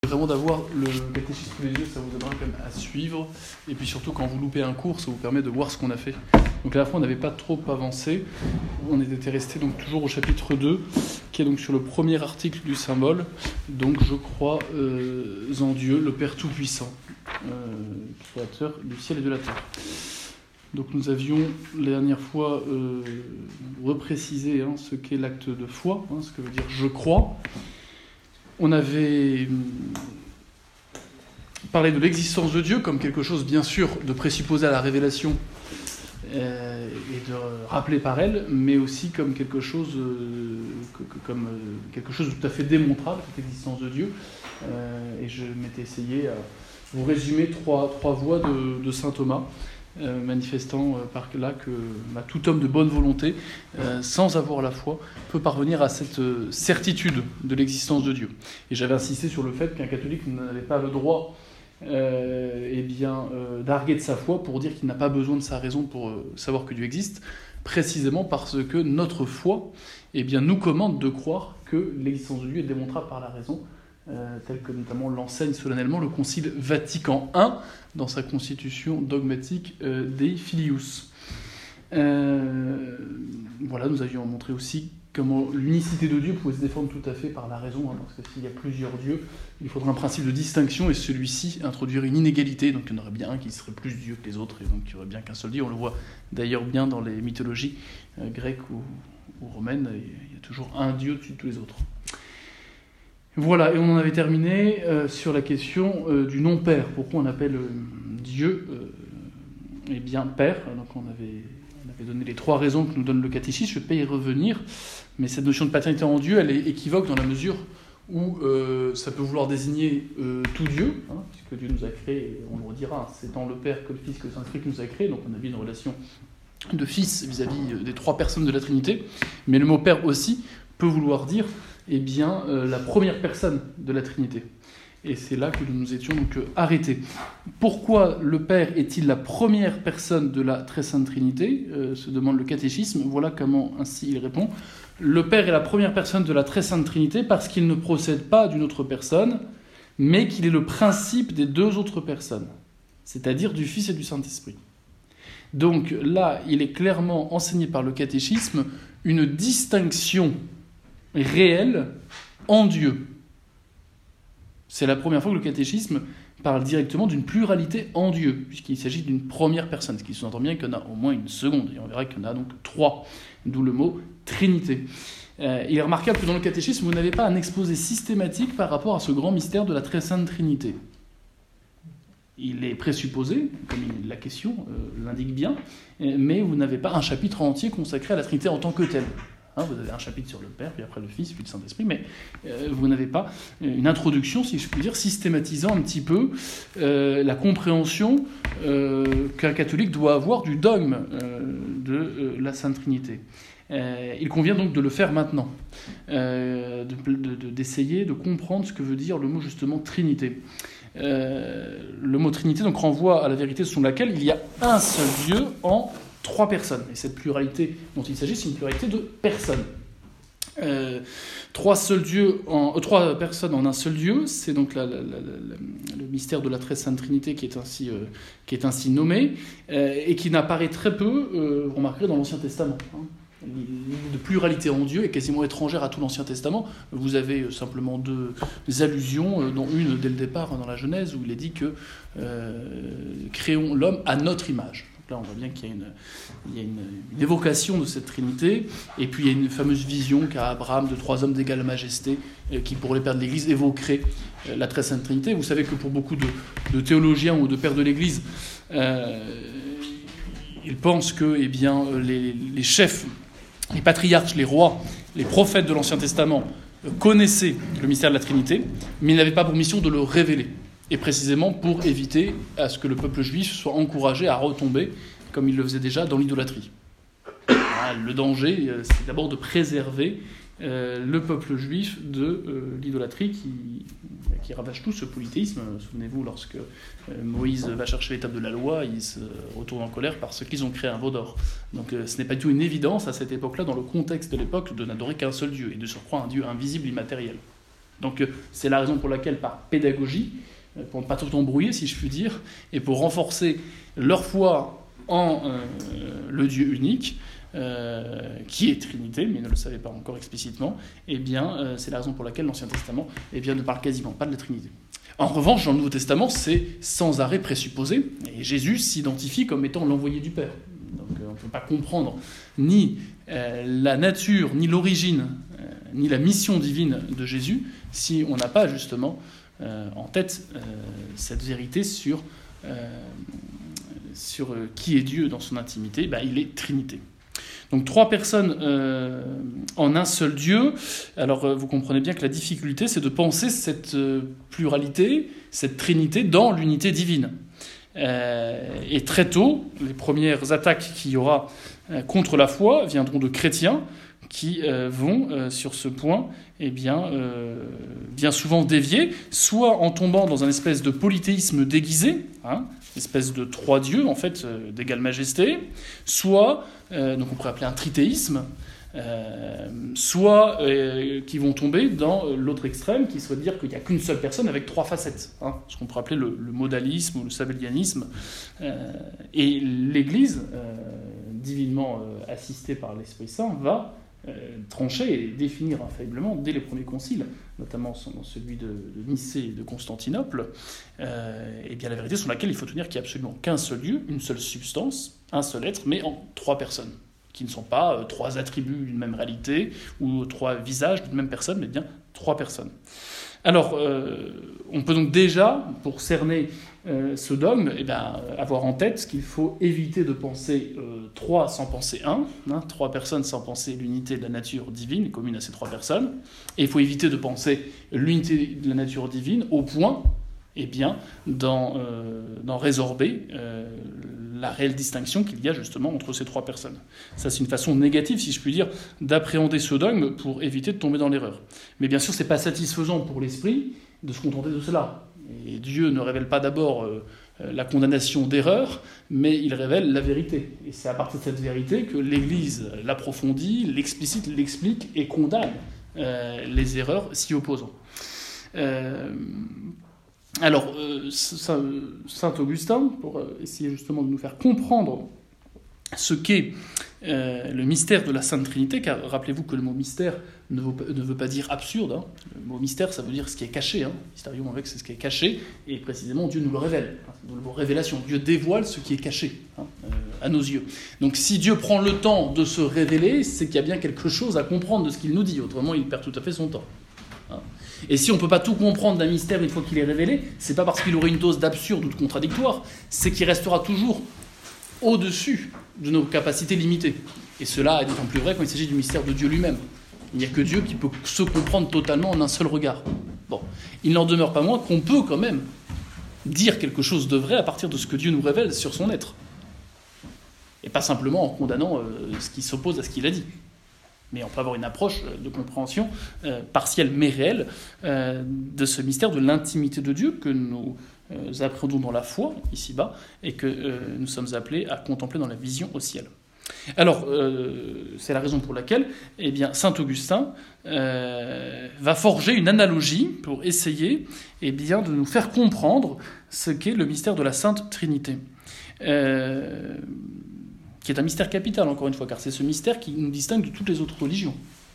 Vraiment d'avoir le catéchisme sous les yeux, ça vous aidera quand même à suivre, et puis surtout quand vous loupez un cours, ça vous permet de voir ce qu'on a fait. Donc à la fois on n'avait pas trop avancé, on était resté donc toujours au chapitre 2, qui est donc sur le premier article du symbole, donc je crois en Dieu, le Père Tout-Puissant, créateur du ciel et de la terre. Donc nous avions la dernière fois reprécisé ce qu'est l'acte de foi, ce que veut dire je crois. On avait parlé de l'existence de Dieu comme quelque chose, bien sûr, de présupposé à la révélation et de rappelé par elle, mais aussi comme quelque chose, quelque chose de tout à fait démontrable, cette existence de Dieu. Et je m'étais essayé à vous résumer trois voies de saint Thomas, manifestant par là que tout homme de bonne volonté, sans avoir la foi, peut parvenir à cette certitude de l'existence de Dieu. Et j'avais insisté sur le fait qu'un catholique n'avait pas le droit d'arguer de sa foi pour dire qu'il n'a pas besoin de sa raison pour savoir que Dieu existe, précisément parce que notre foi nous commande de croire que l'existence de Dieu est démontrable par la raison, tel que notamment l'enseigne solennellement le Concile Vatican I dans sa constitution dogmatique Dei Filius. Voilà, nous avions montré aussi comment l'unicité de Dieu pouvait se défendre tout à fait par la raison, parce que s'il y a plusieurs dieux, il faudrait un principe de distinction, et celui-ci introduirait une inégalité, donc il y en aurait bien un qui serait plus Dieu que les autres, et donc il n'y aurait bien qu'un seul Dieu. On le voit d'ailleurs bien dans les mythologies grecques ou romaines, il y a toujours un Dieu dessus de tous les autres. Voilà, et on en avait terminé sur la question du non-père. Pourquoi on appelle Dieu Père. Donc on avait donné les trois raisons que nous donne le catéchisme, je ne vais pas y revenir, mais cette notion de paternité en Dieu, elle est équivoque dans la mesure où ça peut vouloir désigner tout Dieu, puisque Dieu nous a créés, et on le redira, c'est tant le Père que le Fils que le Saint-Esprit qui nous a créés, donc on a bien une relation de Fils vis-à-vis des trois personnes de la Trinité, mais le mot Père aussi peut vouloir dire la première personne de la Trinité. Et c'est là que nous nous étions donc arrêtés. Pourquoi le Père est-il la première personne de la Très Sainte Trinité se demande le catéchisme. Voilà comment ainsi il répond. Le Père est la première personne de la Très Sainte Trinité parce qu'il ne procède pas d'une autre personne, mais qu'il est le principe des deux autres personnes, c'est-à-dire du Fils et du Saint-Esprit. Donc là, il est clairement enseigné par le catéchisme une distinction réelle en Dieu. C'est la première fois que le catéchisme parle directement d'une pluralité en Dieu, puisqu'il s'agit d'une première personne, ce qui sous-entend bien qu'il y en a au moins une seconde, et on verra qu'il y en a donc trois, d'où le mot Trinité. Il est remarquable que dans le catéchisme, vous n'avez pas un exposé systématique par rapport à ce grand mystère de la Très Sainte Trinité. Il est présupposé, comme la question l'indique bien, mais vous n'avez pas un chapitre entier consacré à la Trinité en tant que telle. Vous avez un chapitre sur le Père, puis après le Fils, puis le Saint-Esprit, mais vous n'avez pas une introduction, si je puis dire, systématisant un petit peu la compréhension qu'un catholique doit avoir du dogme de la Sainte Trinité. Il convient donc de le faire maintenant, d'essayer de comprendre ce que veut dire le mot justement Trinité. Le mot Trinité donc renvoie à la vérité selon laquelle il y a un seul Dieu en trois personnes. Et cette pluralité dont il s'agit, c'est une pluralité de personnes. Trois personnes en un seul Dieu, c'est donc le mystère de la Très Sainte Trinité qui est ainsi nommé, et qui n'apparaît très peu, vous remarquerez, dans l'Ancien Testament. L'idée de pluralité en Dieu est quasiment étrangère à tout l'Ancien Testament. Vous avez simplement deux allusions, dont une dès le départ dans la Genèse, où il est dit que créons l'homme à notre image. Là, on voit bien qu'il y a une évocation de cette Trinité, et puis il y a une fameuse vision qu'a Abraham de trois hommes d'égale majesté, qui, pour les pères de l'Église, évoquerait la Très Sainte Trinité. Vous savez que pour beaucoup de théologiens ou de pères de l'Église, ils pensent que les chefs, les patriarches, les rois, les prophètes de l'Ancien Testament connaissaient le mystère de la Trinité, mais ils n'avaient pas pour mission de le révéler. Et précisément pour éviter à ce que le peuple juif soit encouragé à retomber, comme il le faisait déjà, dans l'idolâtrie. Le danger, c'est d'abord de préserver le peuple juif de l'idolâtrie qui ravage tout ce polythéisme. Souvenez-vous, lorsque Moïse va chercher l'étape de la loi, il se retourne en colère parce qu'ils ont créé un veau d'or. Donc ce n'est pas du tout une évidence à cette époque-là, dans le contexte de l'époque, de n'adorer qu'un seul Dieu, et de surcroît un Dieu invisible, immatériel. Donc c'est la raison pour laquelle, par pédagogie, pour ne pas tout embrouiller, si je puis dire, et pour renforcer leur foi en le Dieu unique, qui est Trinité, mais ils ne le savaient pas encore explicitement, eh bien, c'est la raison pour laquelle l'Ancien Testament ne parle quasiment pas de la Trinité. En revanche, dans le Nouveau Testament, c'est sans arrêt présupposé, et Jésus s'identifie comme étant l'envoyé du Père. Donc on ne peut pas comprendre ni la nature, ni l'origine, ni la mission divine de Jésus si on n'a pas justement en tête cette vérité sur qui est Dieu dans son intimité. Il est Trinité. Donc 3 personnes en un seul Dieu. Alors vous comprenez bien que la difficulté, c'est de penser cette pluralité, cette Trinité dans l'unité divine. Et très tôt, les premières attaques qu'il y aura contre la foi viendront de chrétiens qui vont, sur ce point, bien souvent dévier, soit en tombant dans un espèce de polythéisme déguisé, une espèce de 3 dieux, en fait, d'égale majesté, soit, donc on pourrait appeler un trithéisme, soit qui vont tomber dans l'autre extrême, qui serait de dire qu'il n'y a qu'une seule personne avec 3 facettes, ce qu'on pourrait appeler le modalisme ou le sabellianisme. Et l'Église, divinement assistée par l'Esprit Saint, va trancher et définir infailliblement dès les premiers conciles, notamment dans celui de Nicée et de Constantinople, et bien la vérité sur laquelle il faut tenir qu'il n'y a absolument qu'un seul Dieu, une seule substance, un seul être, mais en 3 personnes, qui ne sont pas 3 attributs d'une même réalité ou 3 visages d'une même personne, mais bien 3 personnes. Alors, on peut donc déjà, pour cerner ce dogme, avoir en tête qu'il faut éviter de penser 3 sans penser 1, 3 personnes sans penser l'unité de la nature divine commune à ces 3 personnes, et il faut éviter de penser l'unité de la nature divine au point d'en résorber la réelle distinction qu'il y a justement entre ces 3 personnes. Ça, c'est une façon négative, si je puis dire, d'appréhender ce dogme pour éviter de tomber dans l'erreur. Mais bien sûr, ce n'est pas satisfaisant pour l'esprit de se contenter de cela. Et Dieu ne révèle pas d'abord la condamnation d'erreur, mais il révèle la vérité. Et c'est à partir de cette vérité que l'Église l'approfondit, l'explicite, l'explique et condamne les erreurs s'y opposant. Alors, saint Augustin, pour essayer justement de nous faire comprendre ce qu'est le mystère de la Sainte Trinité, car rappelez-vous que le mot mystère ne veut pas dire absurde. Le mot mystère, ça veut dire ce qui est caché. Mystérium avec, c'est ce qui est caché, et précisément Dieu nous le révèle. C'est le mot révélation. Dieu dévoile ce qui est caché à nos yeux. Donc si Dieu prend le temps de se révéler, c'est qu'il y a bien quelque chose à comprendre de ce qu'il nous dit. Autrement, il perd tout à fait son temps. Et si on ne peut pas tout comprendre d'un mystère une fois qu'il est révélé, c'est pas parce qu'il aurait une dose d'absurde ou de contradictoire, c'est qu'il restera toujours au-dessus de nos capacités limitées. Et cela est d'autant plus vrai quand il s'agit du mystère de Dieu lui-même. Il n'y a que Dieu qui peut se comprendre totalement en un seul regard. Bon, il n'en demeure pas moins qu'on peut quand même dire quelque chose de vrai à partir de ce que Dieu nous révèle sur son être. Et pas simplement en condamnant ce qui s'oppose à ce qu'il a dit. Mais on peut avoir une approche de compréhension partielle mais réelle de ce mystère de l'intimité de Dieu que nous appréhendons dans la foi, ici-bas, et que nous sommes appelés à contempler dans la vision au ciel. Alors, c'est la raison pour laquelle saint Augustin va forger une analogie pour essayer de nous faire comprendre ce qu'est le mystère de la Sainte Trinité. Qui est un mystère capital, encore une fois, car c'est ce mystère qui nous distingue de toutes les autres religions,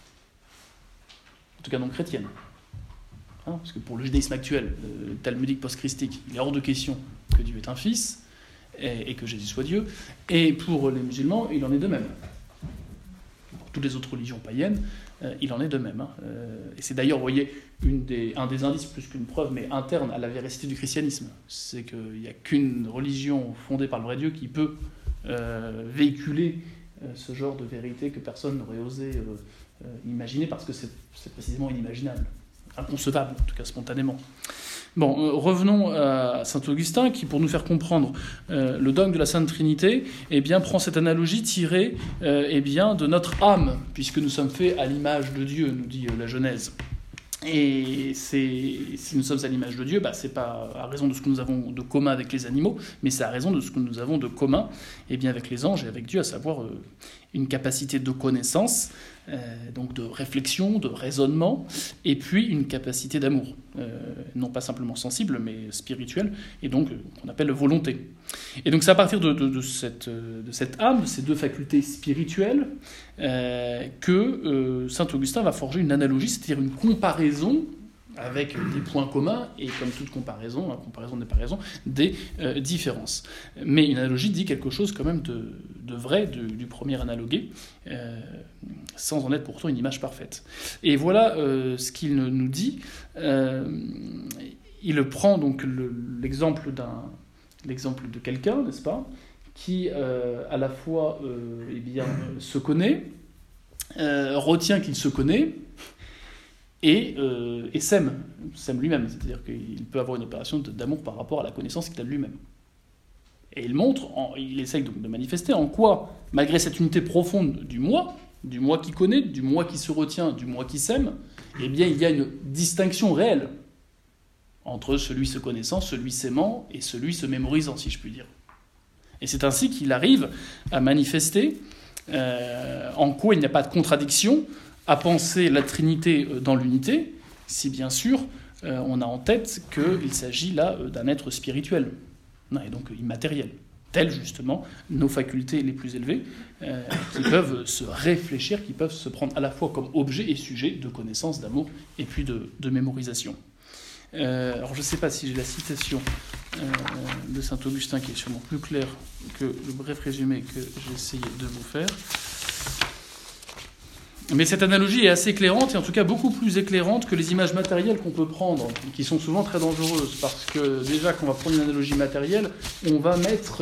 en tout cas non chrétiennes. Parce que pour le judaïsme actuel, talmudique post-christique, il est hors de question que Dieu est un fils, et que Jésus soit Dieu, et pour les musulmans, il en est de même. Pour toutes les autres religions païennes, il en est de même. Et c'est d'ailleurs, vous voyez, un des indices, plus qu'une preuve, mais interne à la véracité du christianisme, c'est qu'il n'y a qu'une religion fondée par le vrai Dieu qui peut véhiculer ce genre de vérité que personne n'aurait osé imaginer, parce que c'est précisément inimaginable, inconcevable, en tout cas spontanément. Bon, revenons à saint Augustin, qui, pour nous faire comprendre le dogme de la Sainte Trinité, prend cette analogie tirée de notre âme, puisque nous sommes faits à l'image de Dieu, nous dit la Genèse. Et si nous sommes à l'image de Dieu, c'est pas à raison de ce que nous avons de commun avec les animaux, mais c'est à raison de ce que nous avons de commun avec les anges et avec Dieu, à savoir une capacité de connaissance, donc de réflexion, de raisonnement, et puis une capacité d'amour, non pas simplement sensible, mais spirituelle, et donc qu'on appelle volonté. Et donc c'est à partir de cette âme, de ces deux facultés spirituelles, que saint Augustin va forger une analogie, c'est-à-dire une comparaison avec des points communs, et comme toute comparaison, comparaison n'est pas raison, des différences. Mais une analogie dit quelque chose quand même de vrai du premier analogué, sans en être pourtant une image parfaite. Et voilà ce qu'il nous dit. Il prend donc l'exemple de quelqu'un, n'est-ce pas, qui à la fois se connaît, retient qu'il se connaît, et s'aime lui-même, c'est-à-dire qu'il peut avoir une opération d'amour par rapport à la connaissance qu'il a de lui-même. Et il essaye donc de manifester en quoi, malgré cette unité profonde du moi qui connaît, du moi qui se retient, du moi qui s'aime, eh bien il y a une distinction réelle entre celui se connaissant, celui s'aimant et celui se mémorisant, si je puis dire. Et c'est ainsi qu'il arrive à manifester en quoi il n'y a pas de contradiction à penser la Trinité dans l'unité, si bien sûr on a en tête qu'il s'agit là d'un être spirituel, et donc immatériel, tels justement nos facultés les plus élevées, qui peuvent se réfléchir, qui peuvent se prendre à la fois comme objet et sujet de connaissance, d'amour et puis de mémorisation. Alors je ne sais pas si j'ai la citation de saint Augustin qui est sûrement plus claire que le bref résumé que j'ai essayé de vous faire. Mais cette analogie est assez éclairante, et en tout cas beaucoup plus éclairante que les images matérielles qu'on peut prendre, qui sont souvent très dangereuses, parce que déjà quand on va prendre une analogie matérielle, on va mettre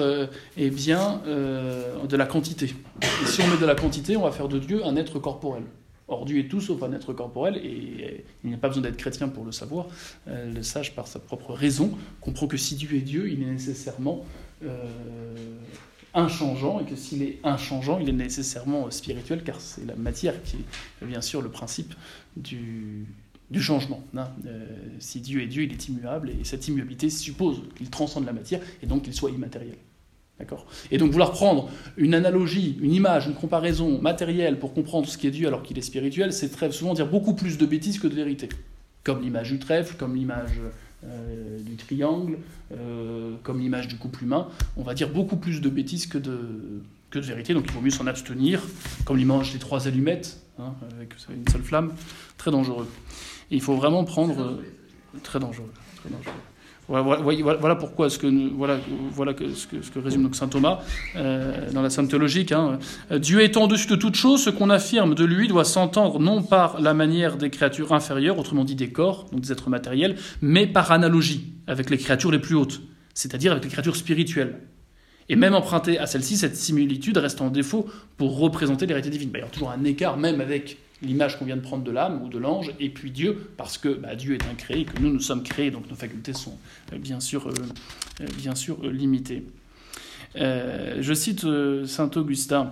de la quantité. Et si on met de la quantité, on va faire de Dieu un être corporel. Or, Dieu est tout sauf un être corporel, et il n'y a pas besoin d'être chrétien pour le savoir. Le sage, par sa propre raison, comprend que si Dieu est Dieu, il est nécessairement inchangeant, et que s'il est inchangeant, il est nécessairement spirituel, car c'est la matière qui est bien sûr le principe du changement. Si Dieu est Dieu, il est immuable, et cette immuabilité suppose qu'il transcende la matière, et donc qu'il soit immatériel. D'accord ? Et donc vouloir prendre une analogie, une image, une comparaison matérielle pour comprendre ce qui est Dieu alors qu'il est spirituel, c'est très souvent dire beaucoup plus de bêtises que de vérité. Comme l'image du trèfle, comme l'image du triangle, comme l'image du couple humain, on va dire beaucoup plus de bêtises que de vérité, donc il vaut mieux s'en abstenir, comme l'image des 3 allumettes, avec une seule flamme, très dangereux. Et il faut vraiment prendre... Très dangereux. Voilà pourquoi ce que résume donc saint Thomas dans la Somme théologique. Dieu étant au-dessus de toute chose, ce qu'on affirme de lui doit s'entendre non par la manière des créatures inférieures, autrement dit des corps, donc des êtres matériels, mais par analogie avec les créatures les plus hautes, c'est-à-dire avec les créatures spirituelles. Et même empruntée à celle-ci, cette similitude reste en défaut pour représenter les réalités divines. Il y a toujours un écart même avec l'image qu'on vient de prendre de l'âme ou de l'ange, et puis Dieu, parce que Dieu est incréé, et que nous sommes créés, donc nos facultés sont bien sûr limitées. Je cite saint Augustin.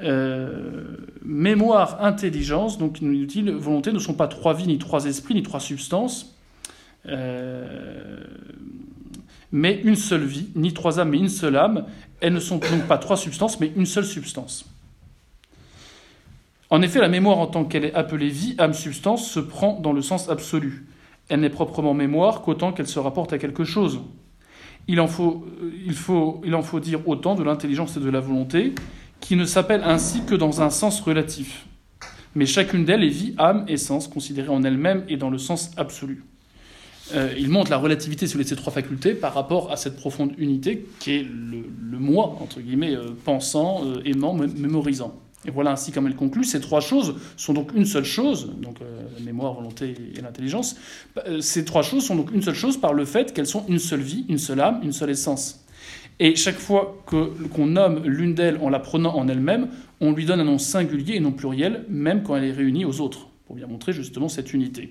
Mémoire, intelligence, donc nous dit-il, volonté ne sont pas 3 vies, ni 3 esprits, ni 3 substances, mais une seule vie, ni 3 âmes, mais une seule âme. Elles ne sont donc pas 3 substances, mais une seule substance. En effet, la mémoire en tant qu'elle est appelée vie, âme, substance, se prend dans le sens absolu. Elle n'est proprement mémoire qu'autant qu'elle se rapporte à quelque chose. Il en faut dire autant de l'intelligence et de la volonté, qui ne s'appellent ainsi que dans un sens relatif. Mais chacune d'elles est vie, âme, essence, considérée en elle-même et dans le sens absolu. Il montre la relativité sur ces 3 facultés par rapport à cette profonde unité qui est le moi, entre guillemets, pensant, aimant, mémorisant. Et voilà ainsi comme elle conclut. Ces 3 choses sont donc une seule chose, donc la mémoire, volonté et l'intelligence. Ces 3 choses sont donc une seule chose par le fait qu'elles sont une seule vie, une seule âme, une seule essence. Et chaque fois qu'on nomme l'une d'elles en la prenant en elle-même, on lui donne un nom singulier et non pluriel, même quand elle est réunie aux autres, pour bien montrer justement cette unité.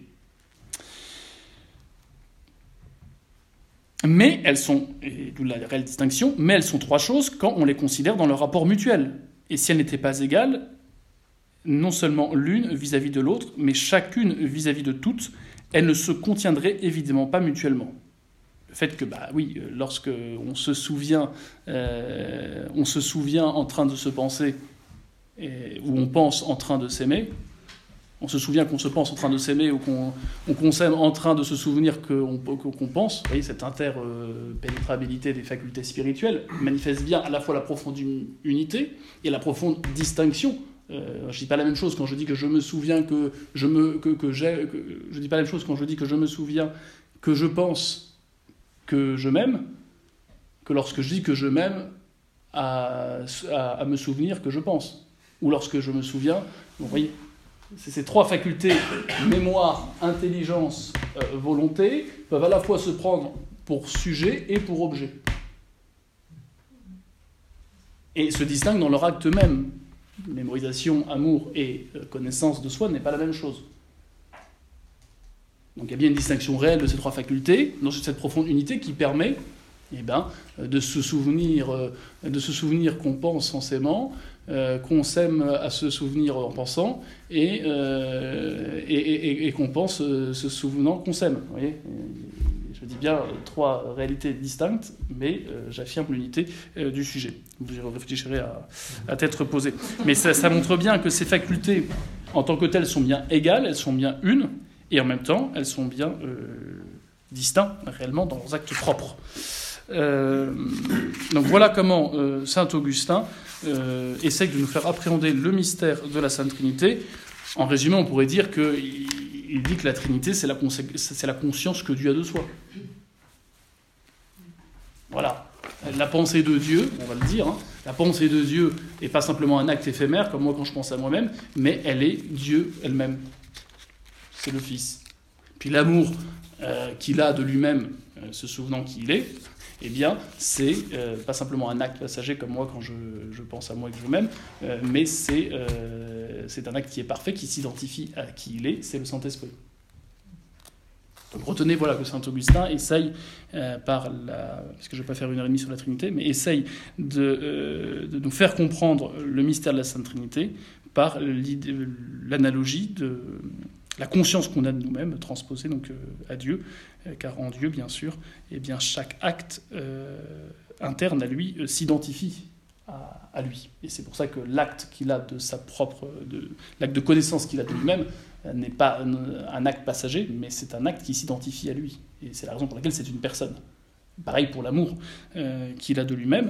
Mais elles sont, et d'où la réelle distinction, mais elles sont 3 choses quand on les considère dans leur rapport mutuel. Et si elles n'étaient pas égales, non seulement l'une vis-à-vis de l'autre, mais chacune vis-à-vis de toutes, elles ne se contiendraient évidemment pas mutuellement. Le fait que, lorsque on se souvient en train de se penser où on pense en train de s'aimer, on se souvient qu'on se pense en train de s'aimer ou qu'on s'aime en train de se souvenir qu'on pense. Vous voyez, cette interpénétrabilité des facultés spirituelles manifeste bien à la fois la profonde unité et la profonde distinction. Je ne dis pas la même chose quand je dis que je me souviens je dis pas la même chose quand je dis que je me souviens que je pense que je m'aime que lorsque je dis que je m'aime à me souvenir que je pense. Ou lorsque je me souviens, vous voyez, c'est ces trois facultés, mémoire, intelligence, volonté, peuvent à la fois se prendre pour sujet et pour objet. Et se distinguent dans leur acte même. Mémorisation, amour et connaissance de soi n'est pas la même chose. Donc il y a bien une distinction réelle de ces trois facultés, dans cette profonde unité qui permet de se souvenir qu'on pense en s'aimant, qu'on s'aime à se souvenir en pensant, et qu'on pense se souvenant qu'on s'aime. Vous voyez, je dis bien trois réalités distinctes, mais j'affirme l'unité du sujet. Vous réfléchirez à tête reposée. Mais ça montre bien que ces facultés, en tant que telles, sont bien égales, elles sont bien une, et en même temps, elles sont bien distinctes, réellement, dans leurs actes propres. Donc voilà comment saint Augustin essaye de nous faire appréhender le mystère de la Sainte Trinité. En résumé, on pourrait dire qu'il dit que la Trinité, c'est la conscience que Dieu a de soi. Voilà. La pensée de Dieu, on va le dire, la pensée de Dieu n'est pas simplement un acte éphémère, comme moi quand je pense à moi-même, mais elle est Dieu elle-même. C'est le Fils. Puis l'amour qu'il a de lui-même, se souvenant qui il est, eh bien, c'est pas simplement un acte passager comme moi quand je pense à moi et que je m'aime, mais c'est un acte qui est parfait, qui s'identifie à qui il est, c'est le Saint-Esprit. Donc retenez que saint Augustin essaye, parce que je ne vais pas faire 1h30 sur la Trinité, mais essaye de nous faire comprendre le mystère de la Sainte Trinité par l'analogie de la conscience qu'on a de nous-mêmes, transposée donc à Dieu, car en Dieu, bien sûr, chaque acte interne à lui s'identifie à lui. Et c'est pour ça que l'acte qu'il a de sa propre, l'acte de connaissance qu'il a de lui-même n'est pas un acte passager, mais c'est un acte qui s'identifie à lui. Et c'est la raison pour laquelle c'est une personne. Pareil pour l'amour qu'il a de lui-même,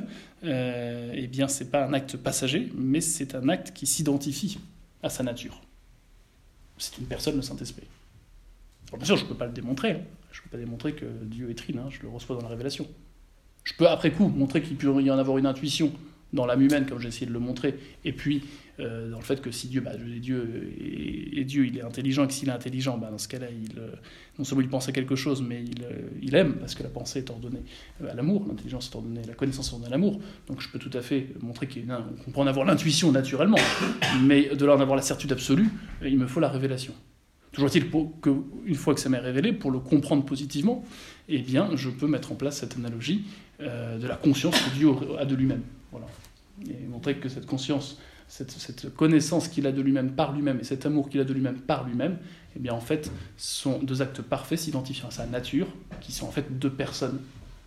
c'est pas un acte passager, mais c'est un acte qui s'identifie à sa nature. C'est une personne, le Saint-Esprit. Alors, bien sûr, je ne peux pas le démontrer. Je ne peux pas démontrer que Dieu est trine. Je le reçois dans la révélation. Je peux, après coup, montrer qu'il peut y en avoir une intuition dans l'âme humaine, comme j'ai essayé de le montrer, et puis dans le fait que si Dieu, Dieu il est intelligent, et que s'il est intelligent, dans ce cas-là, non seulement il pense à quelque chose, mais il aime, parce que la pensée est ordonnée à l'amour, l'intelligence est ordonnée, la connaissance est ordonnée à l'amour. Donc je peux tout à fait montrer qu'on peut en avoir l'intuition naturellement, mais de là en avoir la certitude absolue, il me faut la révélation. Toujours est-il qu'une fois que ça m'est révélé, pour le comprendre positivement, je peux mettre en place cette analogie de la conscience que Dieu a de lui-même. Voilà. Et montrer que cette conscience, cette connaissance qu'il a de lui-même par lui-même et cet amour qu'il a de lui-même par lui-même, en fait, sont deux actes parfaits s'identifiant à sa nature, qui sont en fait deux personnes.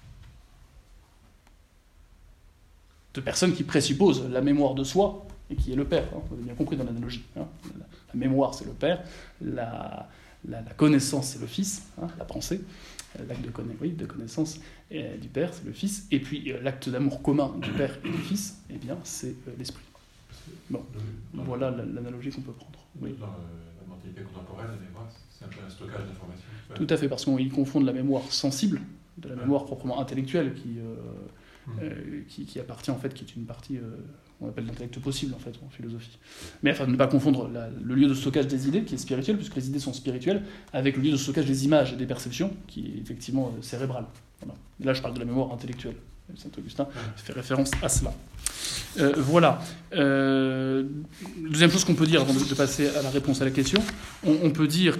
Deux personnes qui présupposent la mémoire de soi et qui est le Père. Vous avez bien compris dans l'analogie. La mémoire, c'est le Père. La connaissance, c'est le Fils, la pensée. L'acte de connaissance du Père, c'est le Fils. Et puis l'acte d'amour commun du Père et du Fils, c'est l'Esprit. Bon, voilà l'analogie qu'on peut prendre. Oui. Dans la mentalité contemporaine, la mémoire, c'est un peu un stockage d'informations. Tout à fait, parce qu'ils confondent la mémoire sensible de la mémoire proprement intellectuelle qui appartient en fait, qui est une partie qu'on appelle l'intellect possible en fait en philosophie. Mais ne pas confondre le lieu de stockage des idées qui est spirituel, puisque les idées sont spirituelles, avec le lieu de stockage des images et des perceptions qui est effectivement cérébral. Voilà. Et là je parle de la mémoire intellectuelle. Saint Augustin fait référence à cela. Voilà. Deuxième chose qu'on peut dire avant de passer à la réponse à la question, on peut dire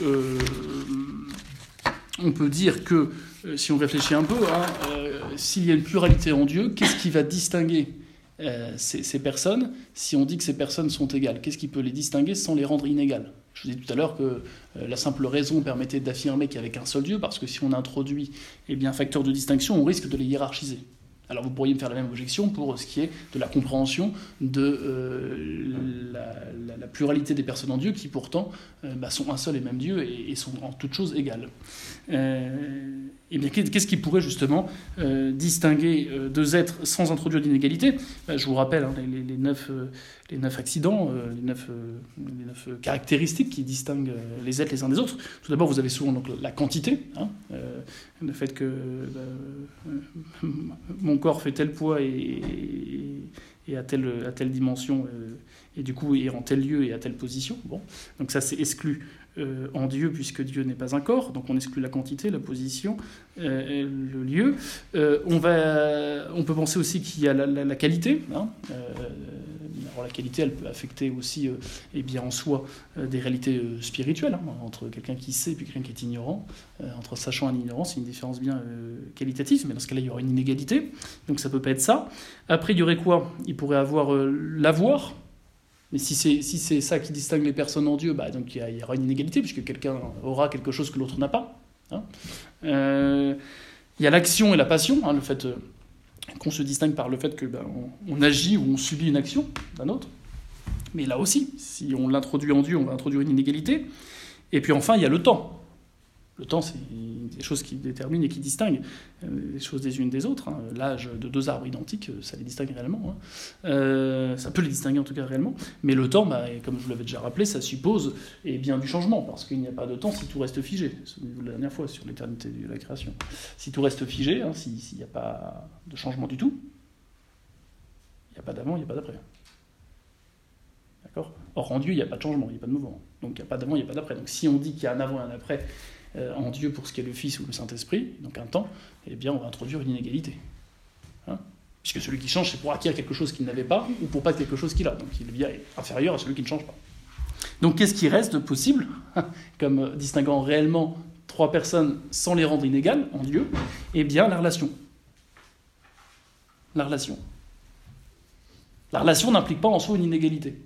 que si on réfléchit un peu, s'il y a une pluralité en Dieu, qu'est-ce qui va distinguer ces personnes si on dit que ces personnes sont égales? Qu'est-ce qui peut les distinguer sans les rendre inégales? Je vous disais tout à l'heure que la simple raison permettait d'affirmer qu'il n'y avait qu'un seul Dieu, parce que si on introduit un facteur de distinction, on risque de les hiérarchiser. Alors vous pourriez me faire la même objection pour ce qui est de la compréhension de la pluralité des personnes en Dieu qui pourtant sont un seul et même Dieu et sont en toute chose égales. Et bien qu'est-ce qui pourrait justement distinguer deux êtres sans introduire d'inégalité ? Je vous rappelle les 9 accidents, les 9 caractéristiques qui distinguent les êtres les uns des autres. Tout d'abord, vous avez souvent donc la quantité, le fait que mon corps fait tel poids et à telle dimension, et du coup est en tel lieu et à telle position. Bon. Donc ça, c'est exclu en Dieu, puisque Dieu n'est pas un corps, donc on exclut la quantité, la position, le lieu. On peut penser aussi qu'il y a la qualité. Alors la qualité, elle peut affecter aussi, en soi, des réalités spirituelles, entre quelqu'un qui sait et puis quelqu'un qui est ignorant. Entre sachant et ignorant, c'est une différence bien qualitative, mais dans ce cas-là, il y aura une inégalité. Donc ça peut pas être ça. Après, il y aurait quoi ? Il pourrait avoir l'avoir. Mais si c'est ça qui distingue les personnes en Dieu, donc il y aura une inégalité, puisque quelqu'un aura quelque chose que l'autre n'a pas. Il y a l'action et la passion, le fait qu'on se distingue par le fait que on agit ou on subit une action d'un autre. Mais là aussi, si on l'introduit en Dieu, on va introduire une inégalité. Et puis enfin, il y a le temps. Le temps, c'est des choses qui déterminent et qui distinguent les choses des unes des autres. L'âge de deux arbres identiques, ça les distingue réellement. Ça peut les distinguer en tout cas réellement. Mais le temps, comme je vous l'avais déjà rappelé, ça suppose du changement, parce qu'il n'y a pas de temps si tout reste figé. C'est la dernière fois sur l'éternité de la création. Si tout reste figé, s'il n'y a pas de changement du tout, il n'y a pas d'avant, il n'y a pas d'après. D'accord ? Or, en Dieu, il n'y a pas de changement, il n'y a pas de mouvement. Donc, il n'y a pas d'avant, il n'y a pas d'après. Donc, si on dit qu'il y a un avant et un après en Dieu pour ce qui est le Fils ou le Saint-Esprit, donc un temps, on va introduire une inégalité. Puisque celui qui change, c'est pour acquérir quelque chose qu'il n'avait pas ou pour perdre quelque chose qu'il a. Donc, il devient inférieur à celui qui ne change pas. Donc, qu'est-ce qui reste de possible, comme distinguant réellement trois personnes sans les rendre inégales en Dieu ? La relation. La relation. La relation n'implique pas en soi une inégalité.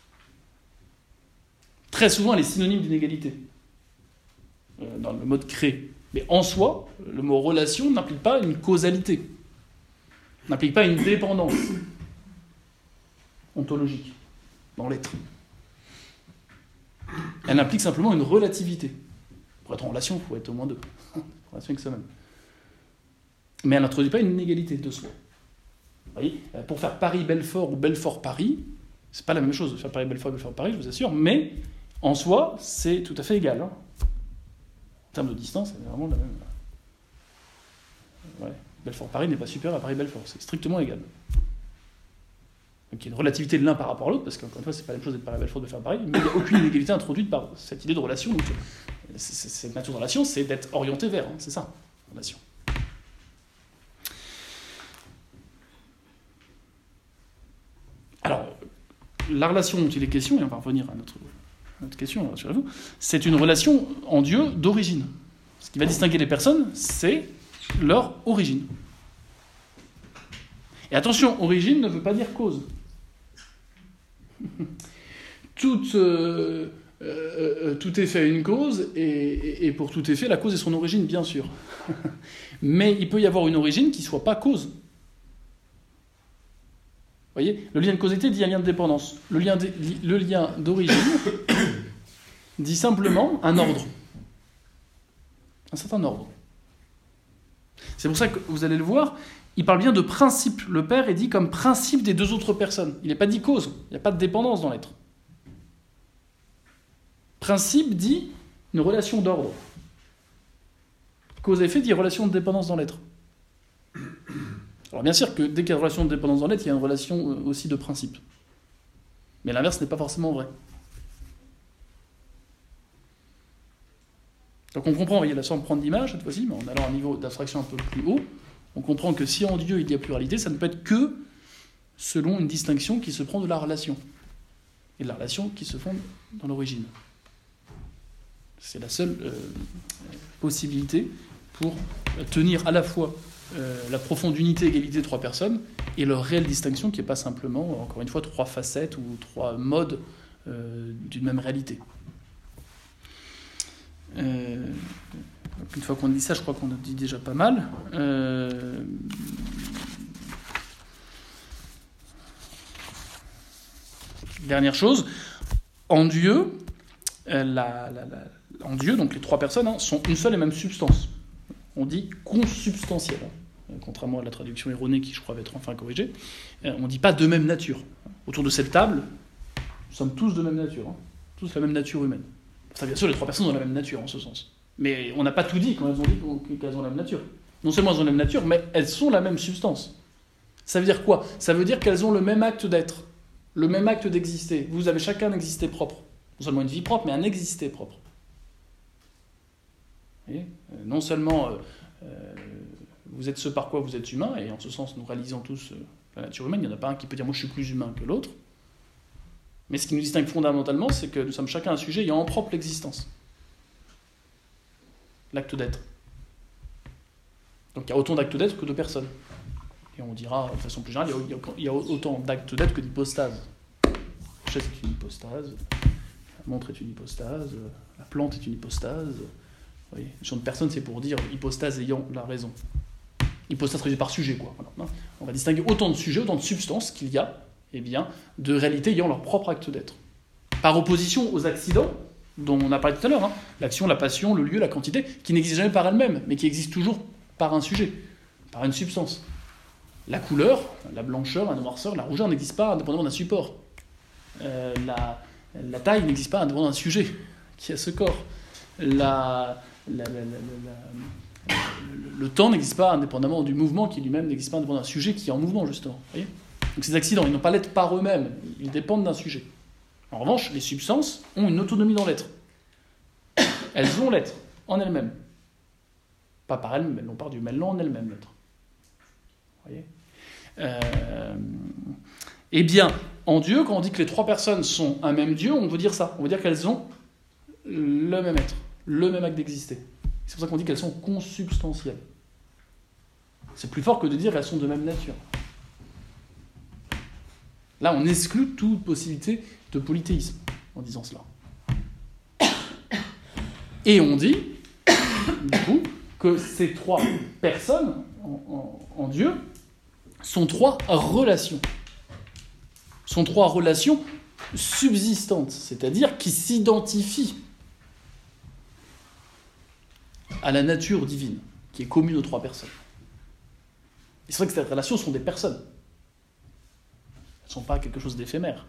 Très souvent, elle est synonyme d'inégalité, dans le mode créé. Mais en soi, le mot relation n'implique pas une causalité, n'implique pas une dépendance ontologique dans l'être. Elle implique simplement une relativité. Pour être en relation, il faut être au moins deux. En relation avec soi-même. Mais elle n'introduit pas une inégalité de soi. Vous voyez, pour faire Paris-Belfort ou Belfort-Paris, c'est pas la même chose de faire Paris-Belfort et Belfort-Paris, je vous assure, mais en soi, c'est tout à fait égal. En termes de distance, c'est vraiment la même. Belfort-Paris n'est pas supérieur à Paris-Belfort, c'est strictement égal. Donc il y a une relativité de l'un par rapport à l'autre, parce qu'encore une fois, c'est pas la même chose d'être Paris-Belfort de faire Paris, mais il n'y a aucune inégalité introduite par cette idée de relation. Donc, cette nature de relation, c'est d'être orienté vers, c'est ça, relation. Alors, la relation dont il est question, et on va revenir à notre question, rassurez-vous, c'est une relation en Dieu d'origine. Ce qui va distinguer les personnes, c'est leur origine. Et attention, origine ne veut pas dire cause. Tout effet a une cause, et pour tout effet, la cause est son origine, bien sûr. Mais il peut y avoir une origine qui ne soit pas cause. Vous voyez, le lien de causalité dit un lien de dépendance. Le lien d'origine dit simplement un ordre. Un certain ordre. C'est pour ça que vous allez le voir, il parle bien de principe. Le Père est dit comme principe des deux autres personnes. Il n'est pas dit cause. Il n'y a pas de dépendance dans l'être. Principe dit une relation d'ordre. Cause-effet dit relation de dépendance dans l'être. Alors bien sûr que dès qu'il y a une relation de dépendance dans l'être, il y a une relation aussi de principe. Mais l'inverse n'est pas forcément vrai. Donc on comprend, vous voyez, là sans prendre d'image cette fois-ci, mais en allant à un niveau d'abstraction un peu plus haut, on comprend que si en Dieu il y a pluralité, ça ne peut être que selon une distinction qui se prend de la relation. Et de la relation qui se fonde dans l'origine. C'est la seule possibilité pour tenir à la fois la profonde unité et égalité de trois personnes et leur réelle distinction qui n'est pas simplement, encore une fois, trois facettes ou trois modes d'une même réalité. Une fois qu'on dit ça, je crois qu'on a dit déjà pas mal. Dernière chose, en Dieu, en Dieu, donc les trois personnes sont une seule et même substance. On dit consubstantiel, contrairement à la traduction erronée qui, je crois, va être enfin corrigée. On ne dit pas de même nature. Autour de cette table, nous sommes tous de même nature, tous la même nature humaine. Ça, bien sûr, les trois personnes ont la même nature en ce sens. Mais on n'a pas tout dit quand elles ont dit qu'elles ont la même nature. Non seulement elles ont la même nature, mais elles sont la même substance. Ça veut dire quoi ? Ça veut dire qu'elles ont le même acte d'être, le même acte d'exister. Vous avez chacun un exister propre. Non seulement une vie propre, mais un exister propre. Vous voyez ? Non seulement vous êtes ce par quoi vous êtes humain, et en ce sens nous réalisons tous la nature humaine, il n'y en a pas un qui peut dire « moi je suis plus humain que l'autre », mais ce qui nous distingue fondamentalement, c'est que nous sommes chacun un sujet ayant en propre l'existence. L'acte d'être. Donc il y a autant d'actes d'être que de personnes. Et on dira, de façon plus générale, il y a autant d'actes d'être que d'hypostases. La chaise est une hypostase, la montre est une hypostase, la plante est une hypostase. Vous voyez, le champ de personne, c'est pour dire hypostase ayant la raison. Hypostase réalisée par sujet, quoi. Voilà. On va distinguer autant de sujets, autant de substances qu'il y a, de réalités ayant leur propre acte d'être. Par opposition aux accidents, dont on a parlé tout à l'heure, l'action, la passion, le lieu, la quantité, qui n'existent jamais par elles-mêmes, mais qui existent toujours par un sujet, par une substance. La couleur, la blancheur, la noirceur, la rougeur n'existent pas indépendamment d'un support. La taille n'existe pas indépendamment d'un sujet qui a ce corps. Le temps n'existe pas indépendamment du mouvement qui lui-même n'existe pas indépendamment d'un sujet qui est en mouvement, justement. Vous voyez ? Donc ces accidents, ils n'ont pas l'être par eux-mêmes, ils dépendent d'un sujet. En revanche, les substances ont une autonomie dans l'être. Elles ont l'être en elles-mêmes. Pas par elles-mêmes, elles l'ont par Dieu, mais elles l'ont en elles-mêmes, l'être. Vous voyez ? Eh bien, en Dieu, quand on dit que les trois personnes sont un même Dieu, on veut dire ça. On veut dire qu'elles ont le même être, le même acte d'exister. C'est pour ça qu'on dit qu'elles sont consubstantielles. C'est plus fort que de dire qu'elles sont de même nature. Là, on exclut toute possibilité de polythéisme en disant cela. Et on dit, du coup, que ces trois personnes en Dieu sont trois relations. Sont trois relations subsistantes, c'est-à-dire qui s'identifient à la nature divine, qui est commune aux trois personnes. Et c'est vrai que ces relations sont des personnes. Elles ne sont pas quelque chose d'éphémère.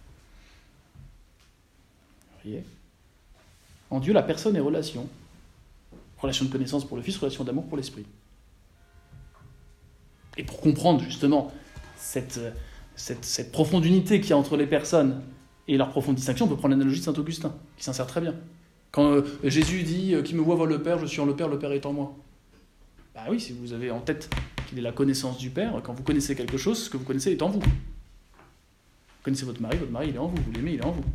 Vous voyez ? En Dieu, la personne est relation. Relation de connaissance pour le Fils, relation d'amour pour l'Esprit. Et pour comprendre justement cette profonde unité qu'il y a entre les personnes et leur profonde distinction, on peut prendre l'analogie de saint Augustin, qui s'insère très bien. Quand Jésus dit « Qui me voit voit le Père, je suis en le Père est en moi ». Bah oui, si vous avez en tête qu'il est la connaissance du Père, quand vous connaissez quelque chose, ce que vous connaissez est en vous. Vous connaissez votre mari il est en vous, vous l'aimez, il est en vous.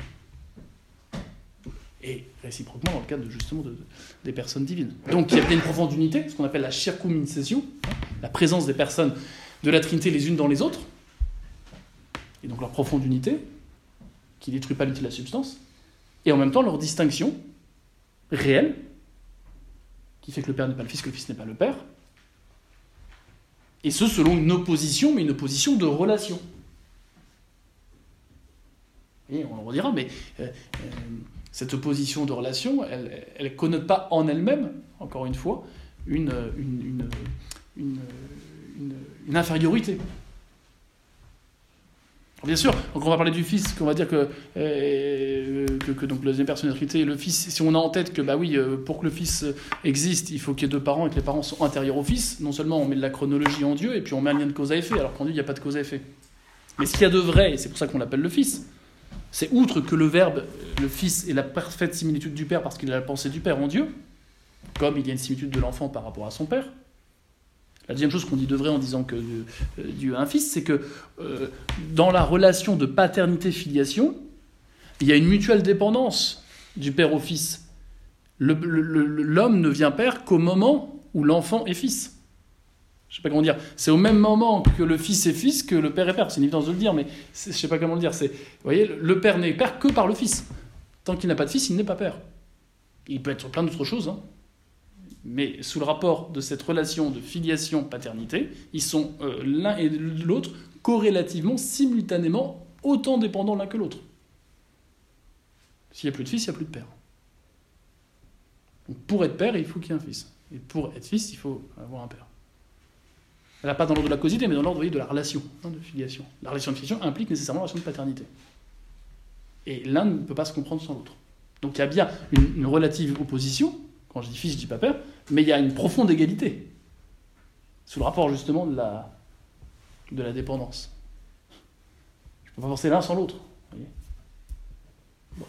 Et réciproquement dans le cadre justement des personnes divines. Donc il y a bien une profonde unité, ce qu'on appelle la circumcision, la présence des personnes de la Trinité les unes dans les autres, et donc leur profonde unité, qui ne détruit pas l'unité de la substance, et en même temps leur distinction réelle, qui fait que le Père n'est pas le Fils, que le Fils n'est pas le Père, et ce selon une opposition, mais une opposition de relation. Et on le redira, mais cette opposition de relation, elle ne connote pas en elle-même, encore une fois, une infériorité. Alors bien sûr, donc on va parler du Fils, qu'on va dire que donc la deuxième personne de la Trinité, le Fils, si on a en tête que, bah oui, pour que le Fils existe, il faut qu'il y ait deux parents et que les parents sont antérieurs au Fils, non seulement on met de la chronologie en Dieu, et puis on met un lien de cause à effet, alors qu'en Dieu, il n'y a pas de cause à effet. Mais ce qu'il y a de vrai, et c'est pour ça qu'on l'appelle le Fils, c'est outre que le Verbe, le Fils, est la parfaite similitude du Père parce qu'il a la pensée du Père en Dieu, comme il y a une similitude de l'enfant par rapport à son Père. La deuxième chose qu'on dit de vrai en disant que Dieu a un Fils, c'est que dans la relation de paternité-filiation, il y a une mutuelle dépendance du Père au Fils. L'homme ne devient Père qu'au moment où l'enfant est Fils. Je ne sais pas comment dire. C'est au même moment que le Fils est Fils que le Père est Père. C'est une évidence de le dire, mais je ne sais pas comment le dire. Vous voyez, le Père n'est Père que par le Fils. Tant qu'il n'a pas de Fils, il n'est pas Père. Il peut être plein d'autres choses, mais sous le rapport de cette relation de filiation-paternité, ils sont l'un et l'autre corrélativement, simultanément autant dépendants l'un que l'autre. S'il n'y a plus de fils, il n'y a plus de père. Donc pour être père, il faut qu'il y ait un fils. Et pour être fils, il faut avoir un père. Elle n'a pas dans l'ordre de la causalité, mais dans l'ordre de la relation, de filiation. La relation de filiation implique nécessairement la relation de paternité. Et l'un ne peut pas se comprendre sans l'autre. Donc il y a bien une relative opposition. Quand je dis fils, je ne dis pas père, mais il y a une profonde égalité. Sous le rapport justement de la dépendance. Je ne peux pas penser l'un sans l'autre. Vous voyez ? Bon.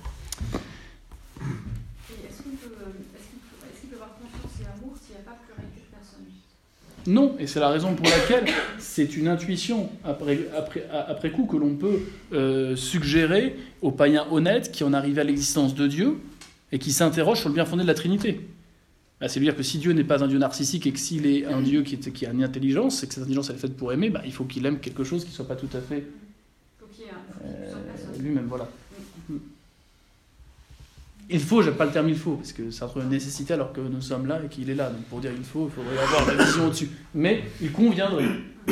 Est-ce qu'il peut avoir confiance et amour s'il n'y a pas pluralité de personnes ? Non, et c'est la raison pour laquelle c'est une intuition après coup que l'on peut suggérer aux païens honnêtes qui en arrivent à l'existence de Dieu et qui s'interrogent sur le bien fondé de la Trinité. C'est-à-dire que si Dieu n'est pas un Dieu narcissique et que s'il est un Dieu qui a une intelligence, et que cette intelligence elle est faite pour aimer, il faut qu'il aime quelque chose qui ne soit pas tout à fait lui-même. Voilà. Il faut, j'aime pas le terme il faut, parce que c'est entre une nécessité alors que nous sommes là et qu'il est là. Donc pour dire il faudrait avoir la vision au-dessus. Mais il conviendrait.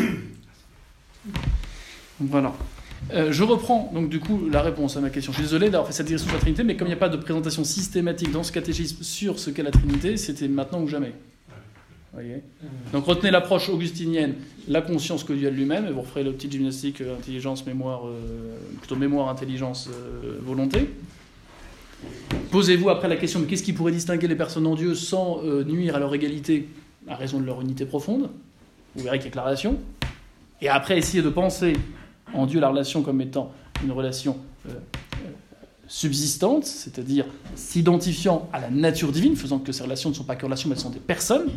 Voilà. Je reprends donc du coup la réponse à ma question. Je suis désolé d'avoir fait cette digression sur la Trinité, mais comme il n'y a pas de présentation systématique dans ce catéchisme sur ce qu'est la Trinité, c'était maintenant ou jamais. Voyez. Donc retenez l'approche augustinienne, la conscience que Dieu a de lui-même, et vous referez le petit gymnastique intelligence, mémoire, plutôt mémoire, intelligence, volonté. Posez-vous après la question de qu'est-ce qui pourrait distinguer les personnes en Dieu sans nuire à leur égalité à raison de leur unité profonde. Vous verrez qu'il y a que la relation. Et après, essayez de penser en Dieu la relation comme étant une relation subsistante, c'est-à-dire s'identifiant à la nature divine, faisant que ces relations ne sont pas que relations, mais elles sont des personnes.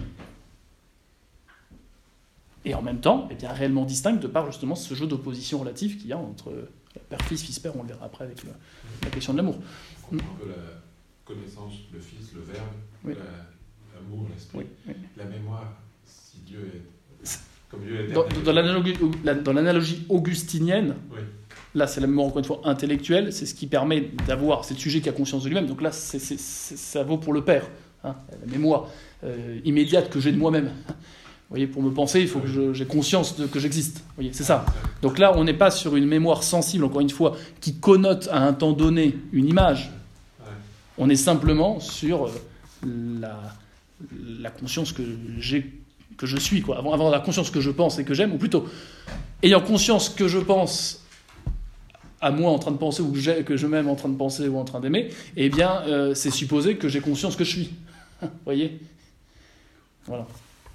Et en même temps, réellement distinctes de par justement ce jeu d'opposition relative qu'il y a entre père-fils, fils-père, on le verra après avec la question de l'amour. On comprend un peu la connaissance, le Fils, le Verbe, oui. l'amour, l'esprit, oui. la mémoire, si Dieu est... Comme Dieu est dans l'analogie augustinienne, oui. Là c'est la mémoire encore une fois intellectuelle, c'est ce qui permet d'avoir, c'est le sujet qui a conscience de lui-même, donc là ça vaut pour le Père, la mémoire immédiate que j'ai de moi-même. Vous voyez, pour me penser, il faut que j'ai conscience que j'existe. Vous voyez, c'est ça. Donc là, on n'est pas sur une mémoire sensible, encore une fois, qui connote à un temps donné une image. On est simplement sur la conscience que je suis, quoi. Avant la conscience que je pense et que j'aime, ou plutôt, ayant conscience que je pense à moi en train de penser, ou que je m'aime en train de penser ou en train d'aimer, c'est supposé que j'ai conscience que je suis. Vous voyez ? Voilà.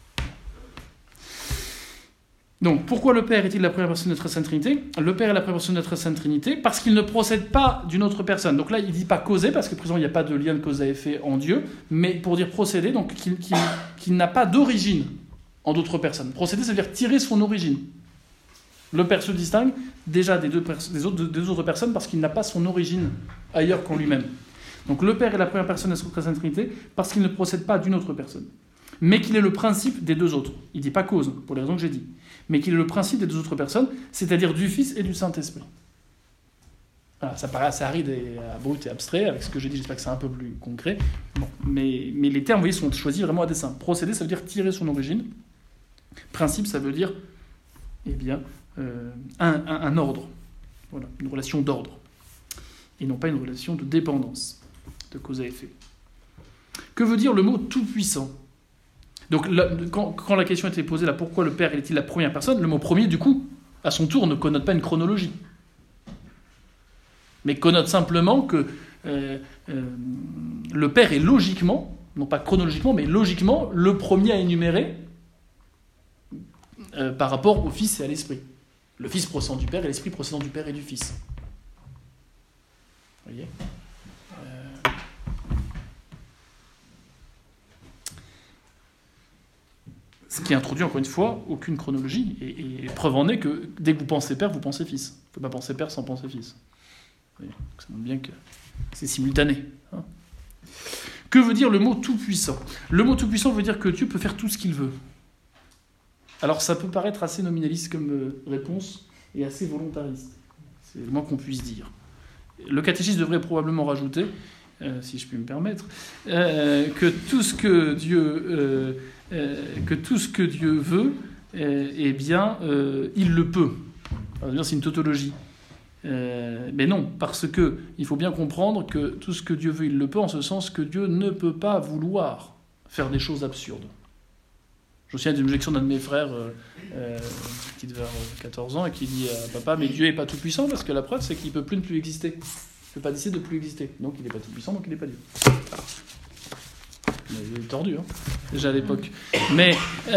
Donc, pourquoi le Père est-il la première personne de notre Sainte Trinité ? Le Père est la première personne de notre Sainte Trinité parce qu'il ne procède pas d'une autre personne. Donc là, il ne dit pas causer, parce que présent, il n'y a pas de lien de cause à effet en Dieu, mais pour dire procéder, donc qu'il n'a pas d'origine en d'autres personnes. Procéder, ça veut dire tirer son origine. Le Père se distingue déjà des autres personnes parce qu'il n'a pas son origine ailleurs qu'en lui-même. Donc le Père est la première personne de notre Sainte Trinité parce qu'il ne procède pas d'une autre personne, mais qu'il est le principe des deux autres. Il ne dit pas cause, pour les raisons que j'ai dit, mais qu'il est le principe des deux autres personnes, c'est-à-dire du Fils et du Saint-Esprit. Voilà, ça paraît assez aride et brut et abstrait, avec ce que j'ai dit, j'espère que c'est un peu plus concret. Bon, mais les termes, vous voyez, sont choisis vraiment à dessein. Procéder, ça veut dire tirer son origine. Principe, ça veut dire un ordre. Voilà, une relation d'ordre. Et non pas une relation de dépendance, de cause à effet. Que veut dire le mot tout-puissant ? Donc, quand la question était posée, là, pourquoi le Père est-il la première personne ? Le mot premier, du coup, à son tour, ne connote pas une chronologie. Mais connote simplement que le Père est logiquement, non pas chronologiquement, mais logiquement, le premier à énumérer par rapport au Fils et à l'Esprit. Le Fils procédant du Père et l'Esprit procédant du Père et du Fils. Vous voyez ? Ce qui introduit, encore une fois, aucune chronologie. Et preuve en est que dès que vous pensez Père, vous pensez Fils. Il ne faut pas penser Père sans penser Fils. Vous voyez ? Ça montre bien que c'est simultané. Hein ? Que veut dire le mot tout-puissant ? Le mot tout-puissant veut dire que Dieu peut faire tout ce qu'il veut. Alors ça peut paraître assez nominaliste comme réponse et assez volontariste. C'est le moins qu'on puisse dire. Le catéchisme devrait probablement rajouter, si je puis me permettre, que tout ce que Dieu veut, il le peut. C'est une tautologie. Mais non, parce que il faut bien comprendre que tout ce que Dieu veut, il le peut, en ce sens que Dieu ne peut pas vouloir faire des choses absurdes. Je me souviens d'une objection d'un de mes frères qui devait avoir 14 ans et qui dit à papa, mais Dieu n'est pas tout-puissant parce que la preuve, c'est qu'il ne peut plus exister. Il ne peut pas décider de plus exister. Donc il n'est pas tout-puissant, donc il n'est pas Dieu. Il est tordu, hein, déjà à l'époque. Mais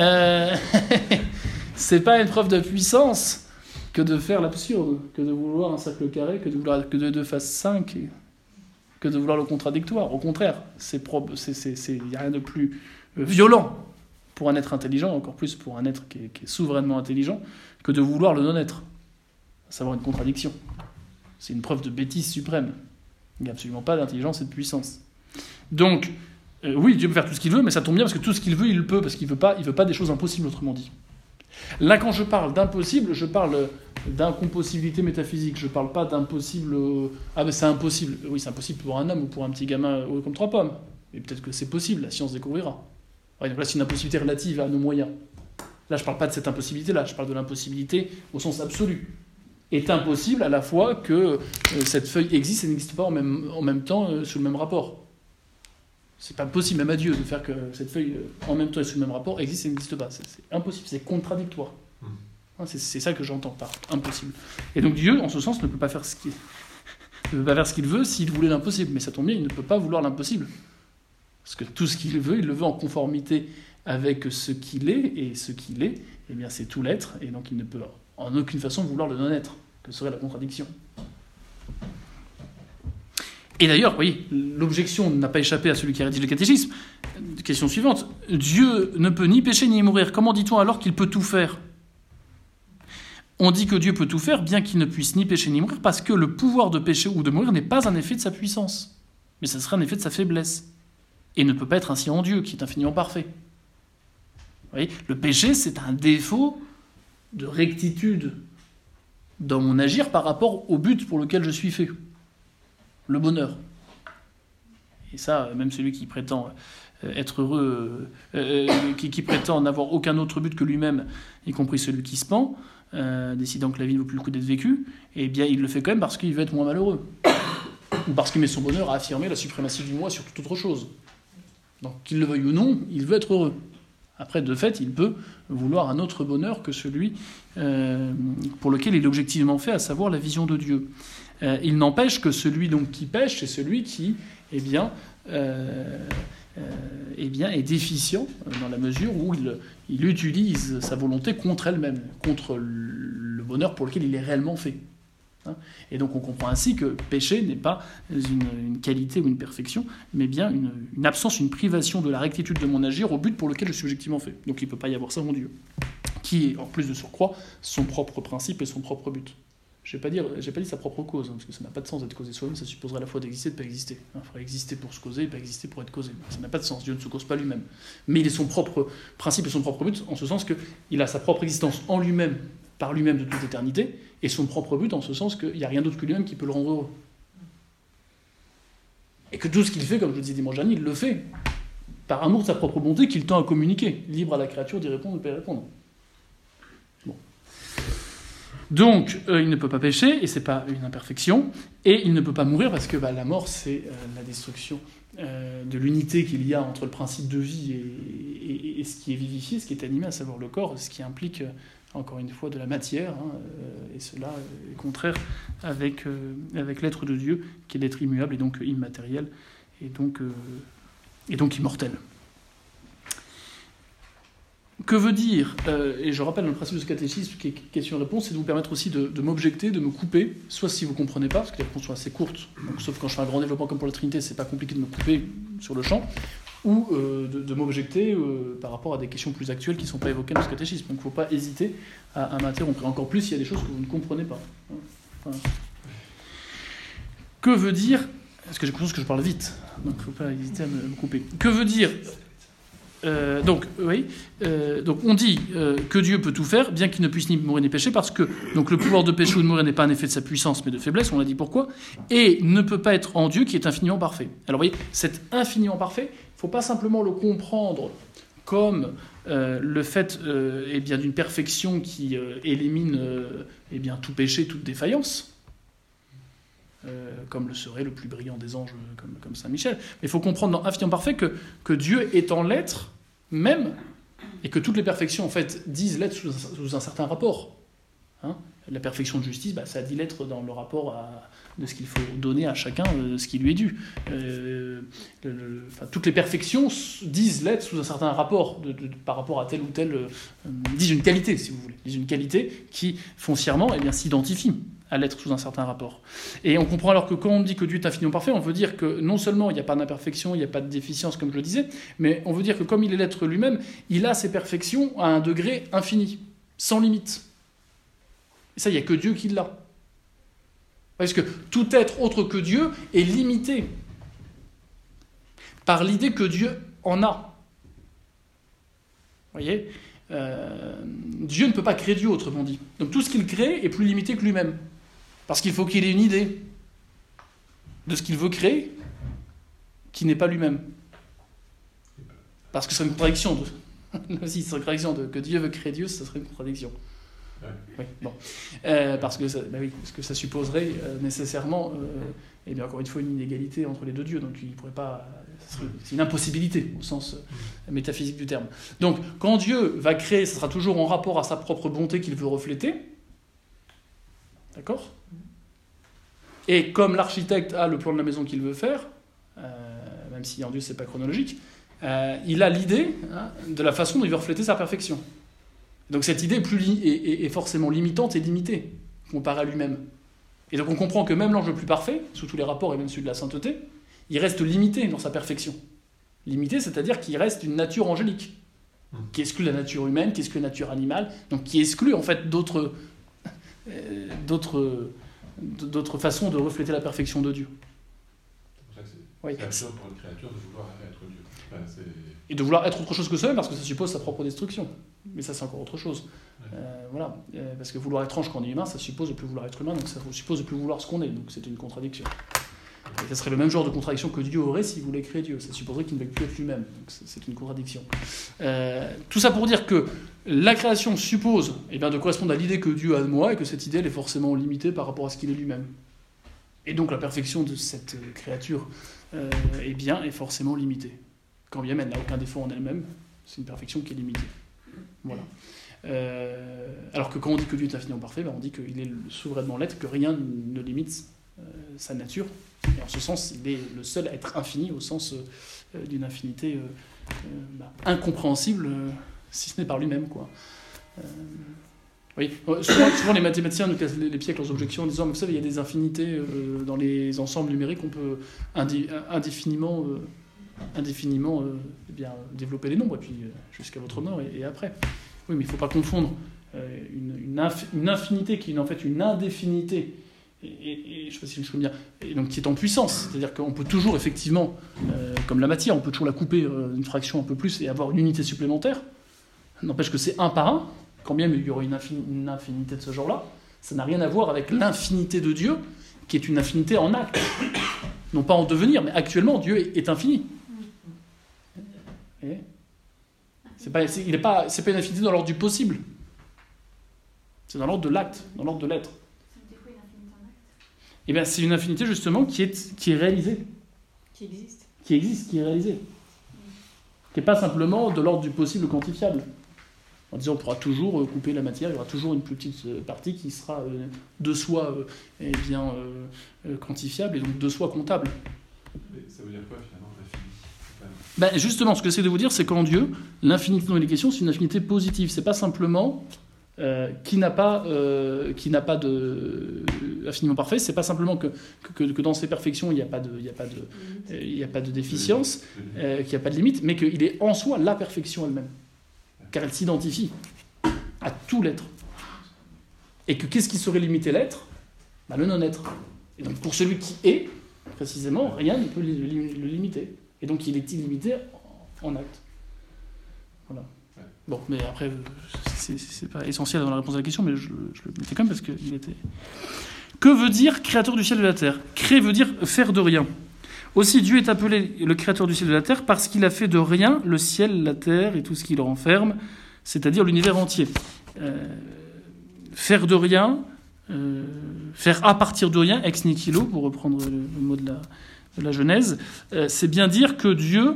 c'est pas une preuve de puissance que de faire l'absurde, que de vouloir un cercle carré, que de vouloir que 2 fasse 5, que de vouloir le contradictoire. Au contraire, il n'y a rien de plus violent pour un être intelligent, encore plus pour un être qui est souverainement intelligent, que de vouloir le non-être, à savoir une contradiction. C'est une preuve de bêtise suprême. Il n'y a absolument pas d'intelligence et de puissance. Donc, oui, Dieu peut faire tout ce qu'il veut, mais ça tombe bien parce que tout ce qu'il veut, il le peut, parce qu'il veut pas des choses impossibles, autrement dit. Là, quand je parle d'impossible, je parle d'incompossibilité métaphysique. Je ne parle pas d'impossible... Ah ben c'est impossible. Oui, c'est impossible pour un homme ou pour un petit gamin comme 3 pommes. Mais peut-être que c'est possible, la science découvrira. Ouais, donc là, c'est une impossibilité relative à nos moyens. Là, je ne parle pas de cette impossibilité-là, je parle de l'impossibilité au sens absolu. Est impossible à la fois que cette feuille existe et n'existe pas en même temps sous le même rapport. C'est pas possible, même à Dieu, de faire que cette feuille, en même temps et sous le même rapport, existe et n'existe pas. C'est impossible, c'est contradictoire. C'est ça que j'entends par impossible. Et donc Dieu, en ce sens, ne peut pas faire ce qu'il veut s'il voulait l'impossible. Mais ça tombe bien, il ne peut pas vouloir l'impossible. Parce que tout ce qu'il veut, il le veut en conformité avec ce qu'il est, et ce qu'il est, eh bien, c'est tout l'être, et donc il ne peut en aucune façon vouloir le non-être, que serait la contradiction. Et d'ailleurs, vous voyez, l'objection n'a pas échappé à celui qui a rédigé le catéchisme. Question suivante. Dieu ne peut ni pécher ni mourir. Comment dit-on alors qu'il peut tout faire ? On dit que Dieu peut tout faire, bien qu'il ne puisse ni pécher ni mourir, parce que le pouvoir de pécher ou de mourir n'est pas un effet de sa puissance, mais ça serait un effet de sa faiblesse. Et ne peut pas être ainsi en Dieu, qui est infiniment parfait. Vous voyez, le péché, c'est un défaut de rectitude dans mon agir par rapport au but pour lequel je suis fait. Le bonheur. Et ça, même celui qui prétend être heureux, qui prétend n'avoir aucun autre but que lui-même, y compris celui qui se pend, décidant que la vie ne vaut plus le coup d'être vécue, eh bien il le fait quand même parce qu'il veut être moins malheureux. Ou parce qu'il met son bonheur à affirmer la suprématie du moi sur toute autre chose. Donc qu'il le veuille ou non, il veut être heureux. Après, de fait, il peut vouloir un autre bonheur que celui pour lequel il est objectivement fait, à savoir la vision de Dieu. Il n'empêche que celui donc qui pêche, c'est celui qui est déficient dans la mesure où il utilise sa volonté contre elle-même, contre le bonheur pour lequel il est réellement fait. Et donc on comprend ainsi que péché n'est pas une qualité ou une perfection, mais bien une absence, une privation de la rectitude de mon agir au but pour lequel je suis objectivement fait. Donc il ne peut pas y avoir ça, mon Dieu, qui est, en plus de surcroît, son propre principe et son propre but. Je n'ai pas dit sa propre cause, parce que ça n'a pas de sens d'être causé soi-même, ça supposerait à la fois d'exister et de ne pas exister. Il faudrait exister pour se causer et pas exister pour être causé. Ça n'a pas de sens, Dieu ne se cause pas lui-même. Mais il est son propre principe et son propre but, en ce sens qu'il a sa propre existence en lui-même, par lui-même de toute éternité, et son propre but en ce sens qu'il n'y a rien d'autre que lui-même qui peut le rendre heureux. Et que tout ce qu'il fait, comme je le disais dimanche dernier, il le fait par amour de sa propre bonté qu'il tend à communiquer, libre à la créature d'y répondre ou de ne pas y répondre. Bon. Donc, il ne peut pas pécher, et c'est pas une imperfection, et il ne peut pas mourir parce que la mort, c'est la destruction de l'unité qu'il y a entre le principe de vie et ce qui est vivifié, ce qui est animé, à savoir le corps, ce qui implique, encore une fois, de la matière, et cela est contraire avec l'être de Dieu, qui est l'être immuable et donc immatériel, et donc immortel. Que veut dire, et je rappelle le principe de ce catéchisme qui est question-réponse, c'est de vous permettre aussi de m'objecter, de me couper, soit si vous ne comprenez pas, parce que les réponses sont assez courtes, donc, sauf quand je fais un grand développement comme pour la Trinité, c'est pas compliqué de me couper sur le champ, ou de m'objecter par rapport à des questions plus actuelles qui ne sont pas évoquées dans ce catéchisme. Donc il ne faut pas hésiter à m'interrompre, encore plus s'il y a des choses que vous ne comprenez pas. Voilà. Que veut dire, parce que j'ai conscience que je parle vite, donc il ne faut pas hésiter à me couper. Que veut dire donc on dit que Dieu peut tout faire, bien qu'il ne puisse ni mourir ni pécher, parce que donc, le pouvoir de pécher ou de mourir n'est pas un effet de sa puissance, mais de faiblesse, on l'a dit pourquoi, et ne peut pas être en Dieu qui est infiniment parfait. Alors vous voyez, cet infiniment parfait, il ne faut pas simplement le comprendre comme le fait d'une perfection qui élimine tout péché, toute défaillance, comme le serait le plus brillant des anges, comme Saint Michel. Mais il faut comprendre dans Infiniment Parfait que Dieu étant l'être même, et que toutes les perfections, en fait, disent l'être sous un certain rapport. Hein, la perfection de justice, ça dit l'être dans le rapport de ce qu'il faut donner à chacun, ce qui lui est dû. Toutes les perfections disent l'être sous un certain rapport, par rapport à tel ou tel... disent une qualité, si vous voulez. Disent une qualité qui, foncièrement, s'identifie à l'être sous un certain rapport. Et on comprend alors que quand on dit que Dieu est infiniment parfait, on veut dire que non seulement il n'y a pas d'imperfection, il n'y a pas de déficience, comme je le disais, mais on veut dire que comme il est l'être lui-même, il a ses perfections à un degré infini, sans limite. Et ça, il n'y a que Dieu qui l'a. Parce que tout être autre que Dieu est limité par l'idée que Dieu en a. Vous voyez, Dieu ne peut pas créer Dieu, autrement dit. Donc tout ce qu'il crée est plus limité que lui-même. Parce qu'il faut qu'il ait une idée de ce qu'il veut créer qui n'est pas lui-même. Parce que c'est une contradiction. Si c'est une contradiction que Dieu veut créer Dieu, ça serait une contradiction. Oui, bon. Parce que ça supposerait nécessairement, encore une fois, une inégalité entre les deux dieux. Donc il pourrait pas. C'est une impossibilité au sens métaphysique du terme. Donc quand Dieu va créer, ce sera toujours en rapport à sa propre bonté qu'il veut refléter. D'accord ? Et comme l'architecte a le plan de la maison qu'il veut faire, même si en Dieu c'est pas chronologique, il a l'idée de la façon dont il veut refléter sa perfection. Donc cette idée est forcément limitante et limitée, comparée à lui-même. Et donc on comprend que même l'ange le plus parfait, sous tous les rapports et même celui de la sainteté, il reste limité dans sa perfection. Limité, c'est-à-dire qu'il reste une nature angélique, qui exclut la nature humaine, qui exclut la nature animale, donc qui exclut en fait d'autres façons de refléter la perfection de Dieu. C'est pour ça que c'est absurde pour une créature de vouloir être Dieu. Et de vouloir être autre chose que soi-même, parce que ça suppose sa propre destruction. Mais ça, c'est encore autre chose. Parce que vouloir être ange quand on est humain, ça suppose de plus vouloir être humain, donc ça suppose de plus vouloir ce qu'on est. Donc c'est une contradiction. Et ça serait le même genre de contradiction que Dieu aurait s'il voulait créer Dieu. Ça supposerait qu'il ne veuille plus être lui-même. Donc c'est une contradiction. Tout ça pour dire que la création suppose de correspondre à l'idée que Dieu a de moi, et que cette idée elle est forcément limitée par rapport à ce qu'il est lui-même. Et donc la perfection de cette créature est forcément limitée. Quand bien même elle n'a aucun défaut en elle-même, c'est une perfection qui est limitée. Voilà. Alors que quand on dit que Dieu est infiniment parfait, on dit qu'il est souverainement l'être, que rien ne limite sa nature. Et en ce sens, il est le seul à être infini, au sens d'une infinité incompréhensible, si ce n'est par lui-même, quoi. Oui. Souvent, les mathématiciens nous cassent les pieds avec leurs objections en disant, mais vous savez, il y a des infinités dans les ensembles numériques, on peut indéfiniment développer les nombres, et puis jusqu'à votre mort et après. Oui, mais il ne faut pas confondre une infinité qui est en fait une indéfinité, et je ne sais pas si je peux bien, et donc qui est en puissance. C'est-à-dire qu'on peut toujours, effectivement, comme la matière, on peut toujours la couper une fraction un peu plus et avoir une unité supplémentaire. N'empêche que c'est un par un, quand bien il y aurait une infinité de ce genre-là, ça n'a rien à voir avec l'infinité de Dieu, qui est une infinité en acte. Non pas en devenir, mais actuellement, Dieu est infini. C'est pas une infinité dans l'ordre du possible. C'est dans l'ordre de l'acte, dans l'ordre de l'être. C'est quoi une infinité en acte ? Eh bien, c'est une infinité justement qui est réalisée. Qui existe. Qui est réalisée. Qui n'est pas simplement de l'ordre du possible quantifiable. En disant on pourra toujours couper la matière, il y aura toujours une plus petite partie qui sera de soi quantifiable et donc de soi comptable. Mais ça veut dire quoi finalement, l'infini ? Justement, ce que j'essaie de vous dire, c'est qu'en Dieu, l'infinité dont il est question, c'est une infinité positive. C'est pas simplement qui n'a pas de infiniment parfait. C'est pas simplement que dans ses perfections il n'y a pas de déficience, qu'il n'y a pas de limite, mais qu'il est en soi la perfection elle-même, car elle s'identifie à tout l'être. Et que qu'est-ce qui saurait limiter l'être ? Le non-être. Et donc pour celui qui est, précisément, rien ne peut le limiter. Et donc il est illimité en acte. Voilà. Bon, mais après, c'est pas essentiel dans la réponse à la question, mais je le mettais quand même parce qu'il était... Que veut dire créateur du ciel et de la terre ? Créer veut dire faire de rien. Aussi, Dieu est appelé le créateur du ciel et de la terre parce qu'il a fait de rien le ciel, la terre et tout ce qui le renferme, c'est-à-dire l'univers entier. Faire de rien... faire à partir de rien, ex nihilo, pour reprendre le mot de la Genèse, c'est bien dire que Dieu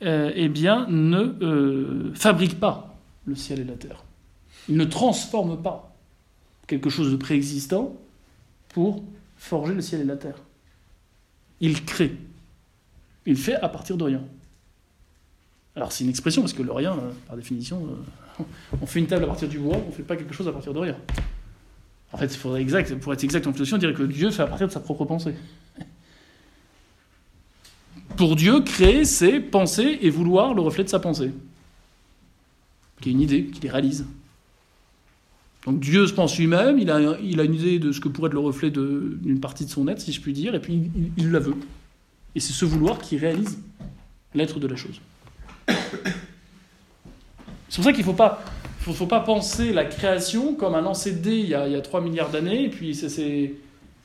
ne fabrique pas le ciel et la terre. Il ne transforme pas quelque chose de préexistant pour forger le ciel et la terre. Il crée. Il fait à partir de rien. Alors c'est une expression, parce que le rien, par définition, on fait une table à partir du bois, on ne fait pas quelque chose à partir de rien. En fait, pour être exact en philosophie, on dirait que Dieu fait à partir de sa propre pensée. Pour Dieu, créer, c'est penser et vouloir le reflet de sa pensée. Qui est une idée, qu'il réalise. Donc Dieu se pense lui-même, il a une idée de ce que pourrait être le reflet d'une partie de son être, si je puis dire, et puis il la veut. Et c'est ce vouloir qui réalise l'être de la chose. C'est pour ça qu'il ne faut pas penser la création comme un lancer de dés il y a 3 milliards d'années, et puis ça suit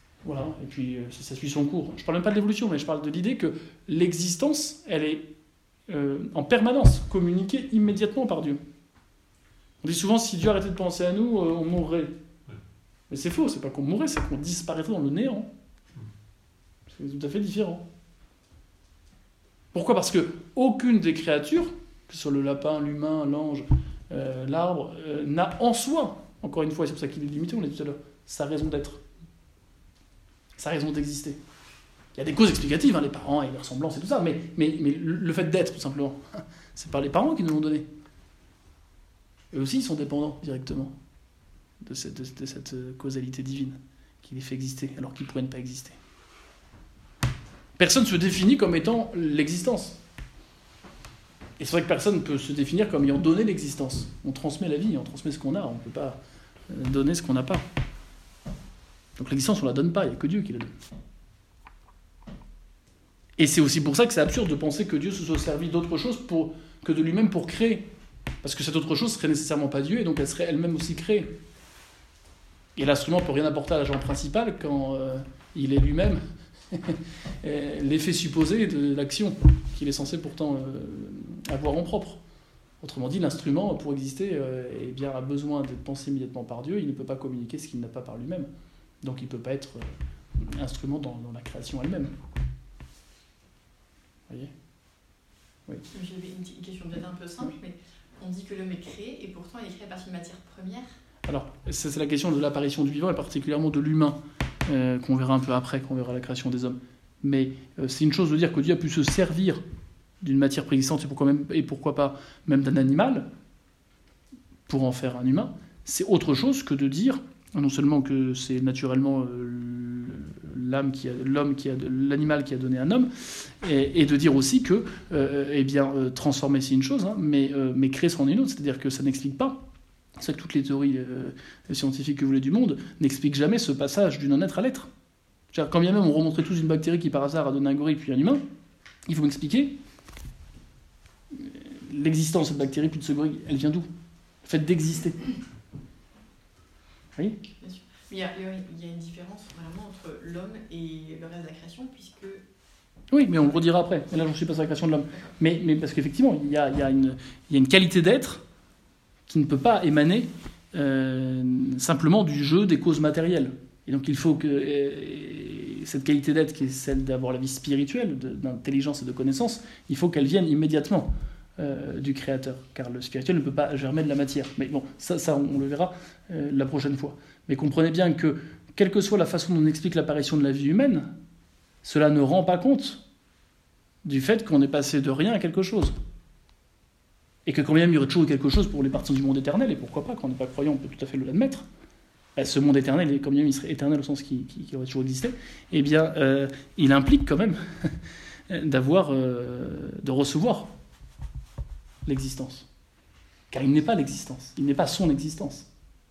son cours. Je ne parle même pas de l'évolution, mais je parle de l'idée que l'existence, elle est en permanence communiquée immédiatement par Dieu. On dit souvent, si Dieu arrêtait de penser à nous, on mourrait. Mais c'est faux, c'est pas qu'on mourrait, c'est qu'on disparaîtrait dans le néant. C'est tout à fait différent. Pourquoi ? Parce qu'aucune des créatures, que ce soit le lapin, l'humain, l'ange, l'arbre, n'a en soi, encore une fois, c'est pour ça qu'il est limité, on l'a dit tout à l'heure, sa raison d'être, sa raison d'exister. Il y a des causes explicatives, les parents et les ressemblances et tout ça, mais le fait d'être, tout simplement, c'est pas les parents qui nous l'ont donné. Eux aussi, ils sont dépendants directement de cette causalité divine qui les fait exister, alors qu'ils pourraient ne pas exister. Personne ne se définit comme étant l'existence. Et c'est vrai que personne ne peut se définir comme ayant donné l'existence. On transmet la vie, on transmet ce qu'on a, on ne peut pas donner ce qu'on n'a pas. Donc l'existence, on ne la donne pas, il n'y a que Dieu qui la donne. Et c'est aussi pour ça que c'est absurde de penser que Dieu se soit servi d'autre chose que de lui-même pour créer. Parce que cette autre chose serait nécessairement pas Dieu, et donc elle serait elle-même aussi créée. Et l'instrument ne peut rien apporter à l'agent principal quand il est lui-même l'effet supposé de l'action qu'il est censé pourtant avoir en propre. Autrement dit, l'instrument, pour exister, a besoin d'être pensé immédiatement par Dieu. Il ne peut pas communiquer ce qu'il n'a pas par lui-même. Donc il ne peut pas être instrument dans la création elle-même. Vous voyez ? Oui. J'avais une question peut-être un peu simple, mais on dit que l'homme est créé, et pourtant il est créé à partir de matière première. Alors, c'est la question de l'apparition du vivant, et particulièrement de l'humain, qu'on verra un peu après, quand on verra la création des hommes. Mais c'est une chose de dire que Dieu a pu se servir d'une matière préexistante, et pourquoi pas même d'un animal, pour en faire un humain. C'est autre chose que de dire, non seulement que c'est naturellement l'animal qui a donné un homme, et de dire aussi que transformer c'est une chose, mais créer c'en est une autre, c'est-à-dire que ça n'explique pas. C'est ça que toutes les théories scientifiques que vous voulez du monde n'expliquent jamais ce passage du non-être à l'être. Quand bien même on remontrait tous une bactérie qui par hasard a donné un gorille puis un humain, il faut m'expliquer l'existence de cette bactérie puis de ce gorille, elle vient d'où ? Le fait d'exister. Vous voyez ? Bien sûr. Mais il y a une différence vraiment entre l'homme et le reste de la création, puisque... Oui, mais on le redira après. Et là, j'en suis pas sur la création de l'homme. Mais parce qu'effectivement, il y a une qualité d'être qui ne peut pas émaner simplement du jeu des causes matérielles. Et donc il faut que cette qualité d'être, qui est celle d'avoir la vie spirituelle, d'intelligence et de connaissance, il faut qu'elle vienne immédiatement du Créateur, car le spirituel ne peut pas germer de la matière. Mais bon, ça on le verra la prochaine fois. Mais comprenez bien que, quelle que soit la façon dont on explique l'apparition de la vie humaine, cela ne rend pas compte du fait qu'on est passé de rien à quelque chose. Et que quand même il y aurait toujours quelque chose pour les partisans du monde éternel, et pourquoi pas, quand on n'est pas croyant, on peut tout à fait l'admettre, ce monde éternel, et comme même il serait éternel au sens qu'il aurait toujours existé, eh bien, il implique quand même de recevoir l'existence. Car il n'est pas l'existence, il n'est pas son existence.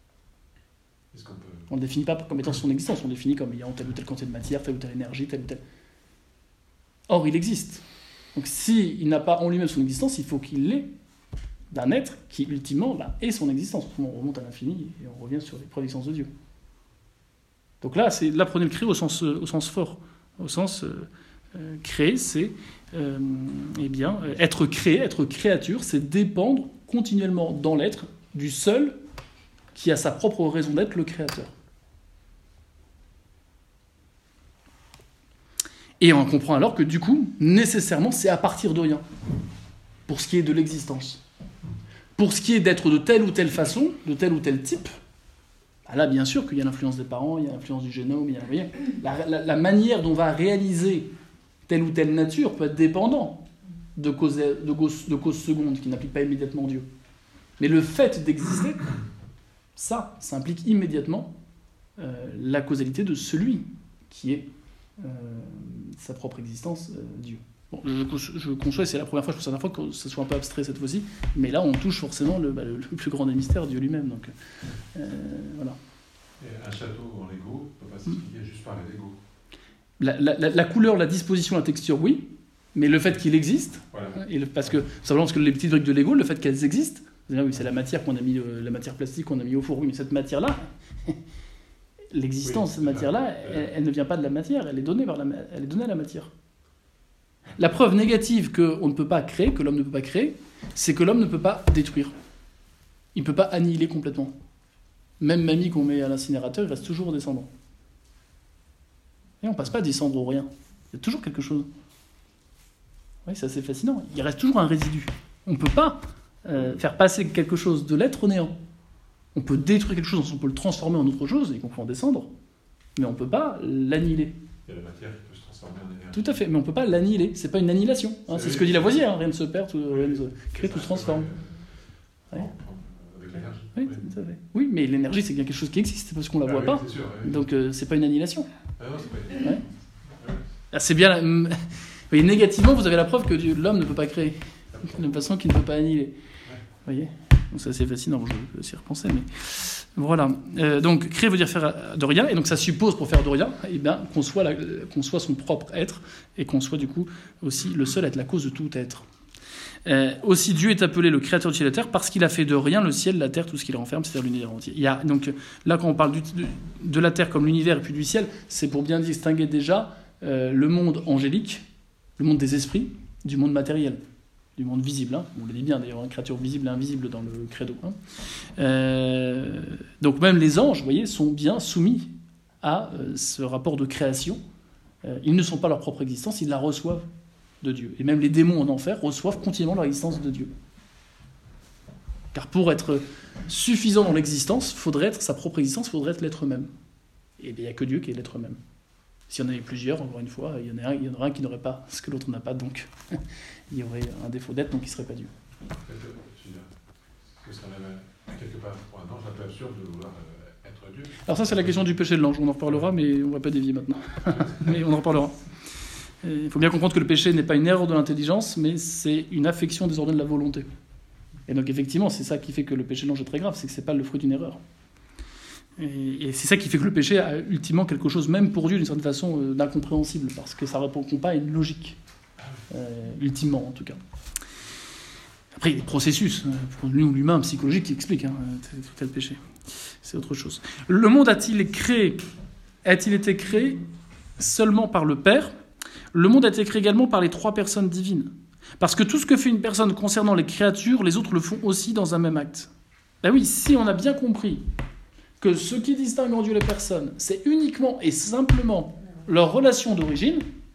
On ne le définit pas comme étant son existence, on le définit comme ayant telle ou telle quantité de matière, telle ou telle énergie, telle ou telle... Or, il existe. Donc s'il n'a pas en lui-même son existence, il faut qu'il l'ait d'un être qui, ultimement, est son existence. On remonte à l'infini et on revient sur les preuves d'existence de Dieu. Donc là, prenez le créer au sens fort. Au sens créer, c'est être créé, être créature, c'est dépendre continuellement dans l'être du seul qui a sa propre raison d'être, le créateur. Et on comprend alors que du coup, nécessairement, c'est à partir de rien, pour ce qui est de l'existence. Pour ce qui est d'être de telle ou telle façon, de tel ou tel type, là, bien sûr qu'il y a l'influence des parents, il y a l'influence du génome, il y a, vous voyez, la manière dont on va réaliser telle ou telle nature peut être dépendant de causes secondes qui n'appliquent pas immédiatement Dieu. Mais le fait d'exister, ça implique immédiatement la causalité de celui qui est sa propre existence, Dieu. Bon, je conçois, c'est la première fois, je pense que ce soit un peu abstrait cette fois-ci, mais là on touche forcément le plus grand des mystères, Dieu lui-même. Donc, voilà. Et un château en Lego ne peut pas s'expliquer juste par les Lego. La couleur, la disposition, la texture, oui, mais le fait qu'il existe, voilà. Parce que les petites briques de Lego, le fait qu'elles existent, c'est la matière qu'on a mis, la matière plastique qu'on a mis au four, oui, mais cette matière-là, l'existence de cette matière-là, elle ne vient pas de la matière, elle est donnée à la matière. La preuve négative qu'on ne peut pas créer, que l'homme ne peut pas créer, c'est que l'homme ne peut pas détruire. Il ne peut pas annihiler complètement. Même mamie qu'on met à l'incinérateur, il reste toujours descendant. Et on ne passe pas des cendres au rien. Il y a toujours quelque chose. Oui, c'est assez fascinant. Il reste toujours un résidu. On ne peut pas faire passer quelque chose de l'être au néant. On peut détruire quelque chose, on peut le transformer en autre chose, y compris en des cendres, mais on ne peut pas l'annihiler. Il y a la matière qui peut se transformer en énergie. Tout à fait, mais on ne peut pas l'annihiler. C'est pas une annihilation. C'est ce que dit Lavoisier. Rien ne se perd, rien ne se crée, tout se transforme. Avec l'énergie. Oui, tout à fait. Oui, mais l'énergie, c'est bien quelque chose qui existe, c'est parce qu'on ne la voit pas. Sûr, oui. Donc, c'est pas une annihilation. Ah non, c'est pas une... C'est bien... Vous voyez, négativement, vous avez la preuve que l'homme ne peut pas créer. De toute façon, qu'il ne peut pas annihiler. Vous voyez ? Donc, c'est assez fascinant, je vais aussi repenser, mais... Voilà. Donc, créer veut dire faire de rien, et donc ça suppose, pour faire de rien, qu'on soit son propre être, et qu'on soit, du coup, aussi le seul être, la cause de tout être. Aussi, Dieu est appelé le créateur du ciel et de la terre parce qu'il a fait de rien le ciel, la terre, tout ce qu'il renferme, c'est-à-dire l'univers entier. Donc là, quand on parle de la terre comme l'univers et puis du ciel, c'est pour bien distinguer déjà le monde angélique, le monde des esprits, du monde matériel, du monde visible. On le dit bien d'ailleurs, créature visible et invisible dans le credo. Donc même les anges, vous voyez, sont bien soumis à ce rapport de création. Ils ne sont pas leur propre existence, ils la reçoivent de Dieu. Et même les démons en enfer reçoivent continuellement leur existence de Dieu. Car pour être suffisant dans l'existence, faudrait être sa propre existence, il faudrait être l'être même. Et bien il n'y a que Dieu qui est l'être même. S'il y en avait plusieurs, encore une fois, il y en aurait un qui n'aurait pas ce que l'autre n'a pas, donc il y aurait un défaut d'être, donc il ne serait pas Dieu. Ce serait quelque part pour un ange un peu absurde de vouloir être Dieu. Alors ça, c'est la question du péché de l'ange, on en reparlera, mais on ne va pas dévier maintenant. Mais on en reparlera. Il faut bien comprendre que le péché n'est pas une erreur de l'intelligence, mais c'est une affection désordonnée de la volonté. Et donc effectivement, c'est ça qui fait que le péché de l'ange est très grave, c'est que ce n'est pas le fruit d'une erreur. Et c'est ça qui fait que le péché a ultimement quelque chose, même pour Dieu, d'une certaine façon, d'incompréhensible, parce que ça ne répond pas à une logique, ultimement en tout cas. Après, il y a des processus, pour nous, l'humain, psychologique, qui expliquent tel péché. C'est autre chose. Le monde a-t-il été créé seulement par le Père ? Le monde a été créé également par les trois personnes divines. Parce que tout ce que fait une personne concernant les créatures, les autres le font aussi dans un même acte. Ben oui, si on a bien compris que ce qui distingue en Dieu les personnes, c'est uniquement et simplement leur relation d'origine,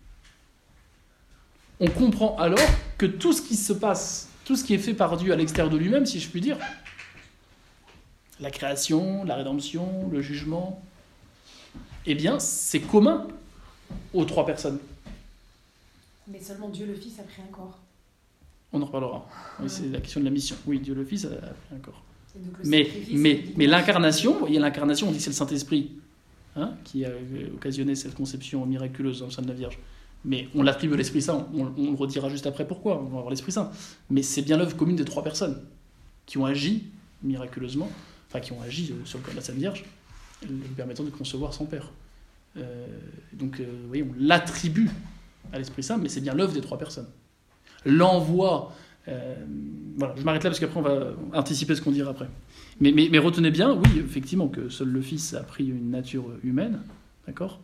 on comprend alors que tout ce qui se passe, tout ce qui est fait par Dieu à l'extérieur de lui-même, si je puis dire, la création, la rédemption, le jugement, eh bien, c'est commun aux trois personnes. Mais seulement Dieu le Fils a pris un corps. On en reparlera. Oui, c'est la question de la mission. Oui, Dieu le Fils a pris un corps. Donc mais l'incarnation, vous voyez, l'incarnation, on dit que c'est le Saint-Esprit qui a occasionné cette conception miraculeuse dans le sein de la Vierge. Mais on l'attribue à l'Esprit Saint, on le redira juste après pourquoi, on va voir l'Esprit Saint. Mais c'est bien l'œuvre commune des trois personnes qui ont agi miraculeusement, qui ont agi sur le corps de la Sainte Vierge, lui permettant de concevoir son Père. Donc, vous voyez, on l'attribue à l'Esprit Saint, mais c'est bien l'œuvre des trois personnes. L'envoi... voilà, je m'arrête là parce qu'après on va anticiper ce qu'on dira après. Mais retenez bien, oui, effectivement, que seul le Fils a pris une nature humaine, d'accord,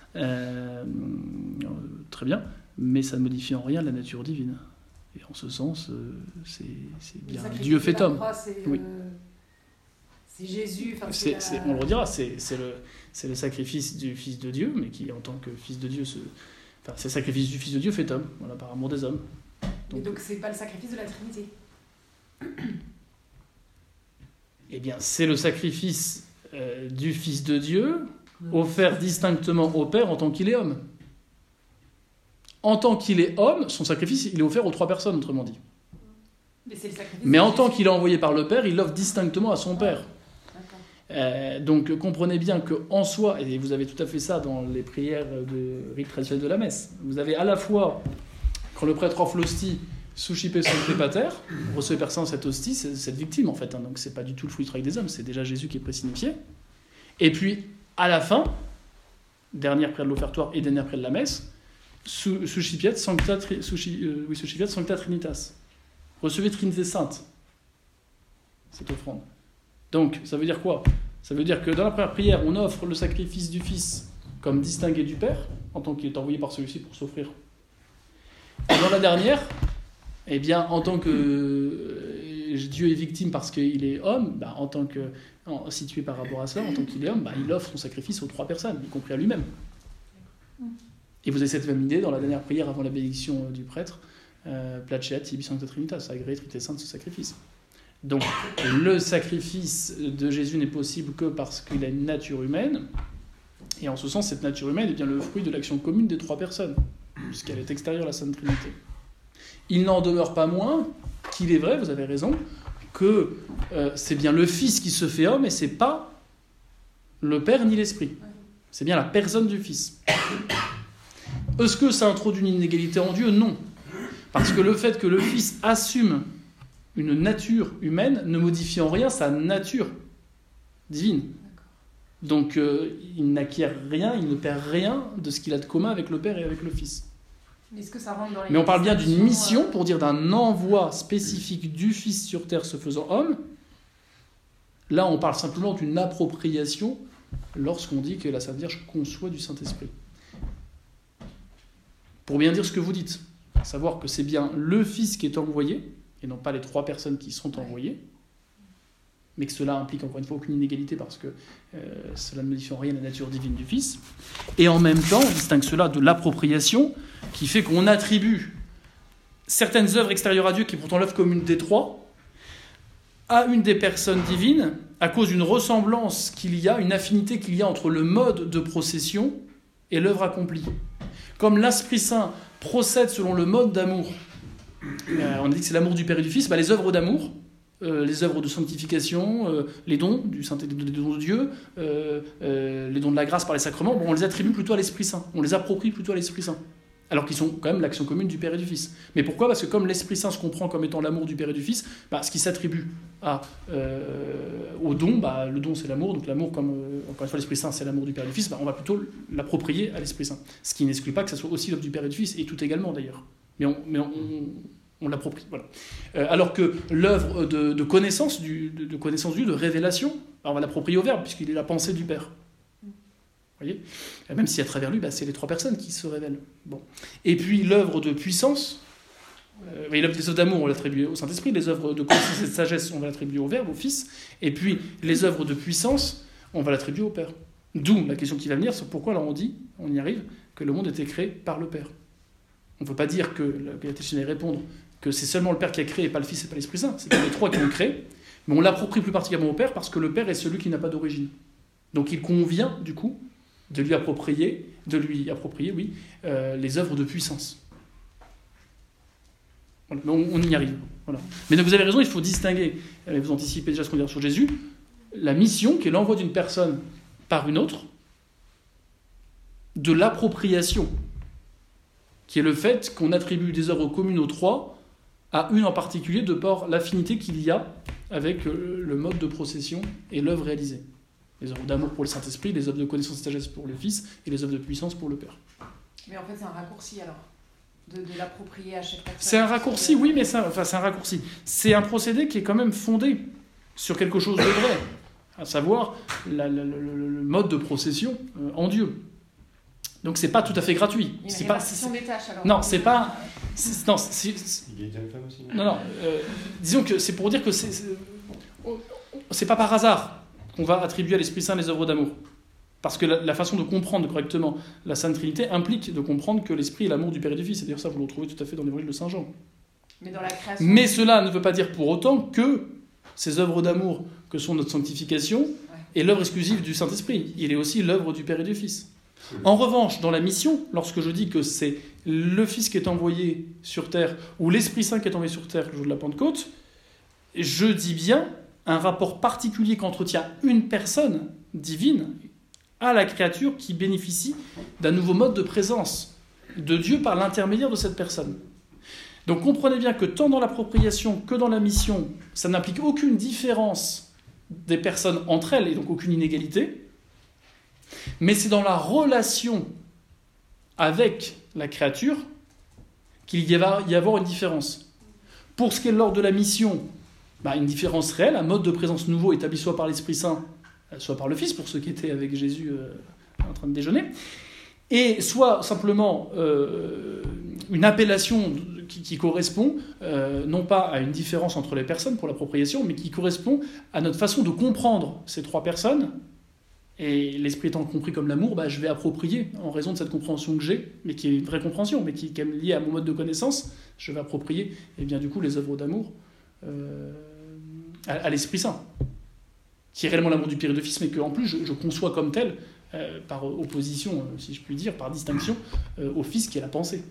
très bien, mais ça ne modifie en rien la nature divine. Et en ce sens, c'est bien Dieu fait homme. Oui. C'est Jésus. On le redira, c'est le sacrifice du Fils de Dieu, mais qui, en tant que Fils de Dieu, Enfin, c'est le sacrifice du Fils de Dieu fait homme, voilà, par amour des hommes. Donc c'est pas le sacrifice de la Trinité. Eh bien, c'est le sacrifice du Fils de Dieu offert distinctement au Père en tant qu'il est homme. En tant qu'il est homme, son sacrifice, il est offert aux 3 personnes, autrement dit. Mais en tant qu'il est envoyé par le Père, il l'offre distinctement à son Père. Donc comprenez bien qu'en soi, et vous avez tout à fait ça dans les prières de rite traditionnel de la messe, vous avez à la fois, quand le prêtre offre l'hostie, Suscipe Sancte Pater, recevez Père Saint cette hostie, c'est cette victime en fait, hein, donc c'est pas du tout le fruit du travail des hommes, c'est déjà Jésus qui est présignifié. Et puis à la fin, dernière prière de l'offertoire et dernière prière de la messe, Suscipiat Sancta Trinitas, recevez Trinité Sainte, cette offrande. Donc ça veut dire quoi ? Ça veut dire que dans la première prière, on offre le sacrifice du Fils comme distingué du Père, en tant qu'il est envoyé par celui-ci pour s'offrir. Et dans la dernière, eh bien, en tant que Dieu est victime parce qu'il est homme, bah, en tant que situé par rapport à cela, en tant qu'il est homme, bah, il offre son sacrifice aux 3 personnes, y compris à lui-même. Et vous avez cette même idée dans la dernière prière avant la bénédiction du prêtre, Placeat tibi Sancta Trinitas, agréé Trinité Sainte ce sacrifice. Donc, le sacrifice de Jésus n'est possible que parce qu'il a une nature humaine, et en ce sens, cette nature humaine est bien le fruit de l'action commune des 3 personnes, puisqu'elle est extérieure à la Sainte Trinité. Il n'en demeure pas moins qu'il est vrai, vous avez raison, que c'est bien le Fils qui se fait homme, et c'est pas le Père ni l'Esprit. C'est bien la personne du Fils. Est-ce que ça introduit une inégalité en Dieu ? Non. Parce que le fait que le Fils assume une nature humaine ne modifie en rien sa nature divine. Donc il n'acquiert rien, il ne perd rien de ce qu'il a de commun avec le Père et avec le Fils. Est-ce que ça rentre dans les Mais on parle bien d'une mission, pour dire d'un envoi spécifique du Fils sur terre se faisant homme. Là, on parle simplement d'une appropriation lorsqu'on dit que la Sainte Vierge conçoit du Saint-Esprit. Pour bien dire ce que vous dites, à savoir que c'est bien le Fils qui est envoyé, et non pas les 3 personnes qui sont envoyées, mais que cela implique encore une fois aucune inégalité parce que cela ne modifie en rien la nature divine du Fils. Et en même temps, on distingue cela de l'appropriation, qui fait qu'on attribue certaines œuvres extérieures à Dieu, qui est pourtant l'œuvre commune des 3, à une des personnes divines, à cause d'une ressemblance qu'il y a, une affinité qu'il y a entre le mode de procession et l'œuvre accomplie. Comme l'Esprit Saint procède selon le mode d'amour, on a dit que c'est l'amour du Père et du Fils, les œuvres d'amour, les œuvres de sanctification, les dons des dons de Dieu, les dons de la grâce par les sacrements, on les attribue plutôt à l'Esprit Saint, on les approprie plutôt à l'Esprit Saint, alors qu'ils sont quand même l'action commune du Père et du Fils. Mais pourquoi ? Parce que comme l'Esprit Saint se comprend comme étant l'amour du Père et du Fils, ce qui s'attribue au don, le don c'est l'amour, donc l'amour comme, encore une fois l'Esprit Saint c'est l'amour du Père et du Fils, on va plutôt l'approprier à l'Esprit Saint. Ce qui n'exclut pas que ça soit aussi l'œuvre du Père et du Fils, et tout également d'ailleurs. Mais on l'approprie, voilà. Alors que l'œuvre de connaissance de Dieu, de révélation, on va l'approprier au Verbe, puisqu'il est la pensée du Père. Vous voyez ? Même si à travers lui, c'est les 3 personnes qui se révèlent. Bon. Et puis l'œuvre de puissance, les œuvres d'amour, on l'attribue au Saint-Esprit, les œuvres de connaissance et de sagesse, on va l'attribuer au Verbe, au Fils, et puis les œuvres de puissance, on va l'attribuer au Père. D'où la question qui va venir, c'est pourquoi alors on y arrive, que le monde était créé par le Père. On ne peut pas dire que la catéchène répondre que c'est seulement le Père qui a créé et pas le Fils et pas l'Esprit Saint. C'est bien les 3 qui ont créé, mais on l'approprie plus particulièrement au Père parce que le Père est celui qui n'a pas d'origine. Donc il convient, du coup, de lui approprier, les œuvres de puissance. Voilà. Mais on y arrive. Voilà. Mais donc vous avez raison, il faut distinguer, vous anticipez déjà ce qu'on dit sur Jésus, la mission qui est l'envoi d'une personne par une autre, de l'appropriation, qui est le fait qu'on attribue des œuvres communes aux 3, à une en particulier, de par l'affinité qu'il y a avec le mode de procession et l'œuvre réalisée. Les œuvres d'amour pour le Saint-Esprit, les œuvres de connaissance et de sagesse pour le Fils, et les œuvres de puissance pour le Père. Mais en fait, c'est un raccourci alors, de l'approprier à chaque personne. C'est un raccourci, oui, mais c'est un raccourci. C'est un procédé qui est quand même fondé sur quelque chose de vrai, à savoir le mode de procession en Dieu. Donc c'est pas tout à fait gratuit. Il y a une répartition des tâches alors. Non, c'est pas. Non, Égalité homme-femme aussi. Non. Disons que c'est pour dire que c'est pas par hasard qu'on va attribuer à l'Esprit Saint les œuvres d'amour. Parce que la façon de comprendre correctement la Sainte Trinité implique de comprendre que l'Esprit est l'amour du Père et du Fils. C'est-à-dire ça, vous le retrouvez tout à fait dans l'Évangile de Saint Jean. Mais dans la création... Mais cela ne veut pas dire pour autant que ces œuvres d'amour que sont notre sanctification est l'œuvre exclusive du Saint-Esprit. Il est aussi l'œuvre du Père et du Fils. En revanche, dans la mission, lorsque je dis que c'est le Fils qui est envoyé sur terre ou l'Esprit Saint qui est envoyé sur terre le jour de la Pentecôte, je dis bien un rapport particulier qu'entretient une personne divine à la créature qui bénéficie d'un nouveau mode de présence de Dieu par l'intermédiaire de cette personne. Donc comprenez bien que tant dans l'appropriation que dans la mission, ça n'implique aucune différence des personnes entre elles et donc aucune inégalité, mais c'est dans la relation avec la créature qu'il va y avoir une différence. Pour ce qui est de l'ordre de la mission, une différence réelle, un mode de présence nouveau établi soit par l'Esprit Saint, soit par le Fils, pour ceux qui étaient avec Jésus en train de déjeuner, et soit simplement une appellation qui correspond non pas à une différence entre les personnes pour l'appropriation, mais qui correspond à notre façon de comprendre ces trois personnes. Et l'esprit étant compris comme l'amour, je vais approprier, en raison de cette compréhension que j'ai, mais qui est une vraie compréhension, mais qui est liée à mon mode de connaissance, je vais approprier du coup les œuvres d'amour à l'Esprit Saint, qui est réellement l'amour du Père et du Fils, mais qu'en plus je conçois comme tel, par opposition, si je puis dire, par distinction, au Fils qui est la pensée.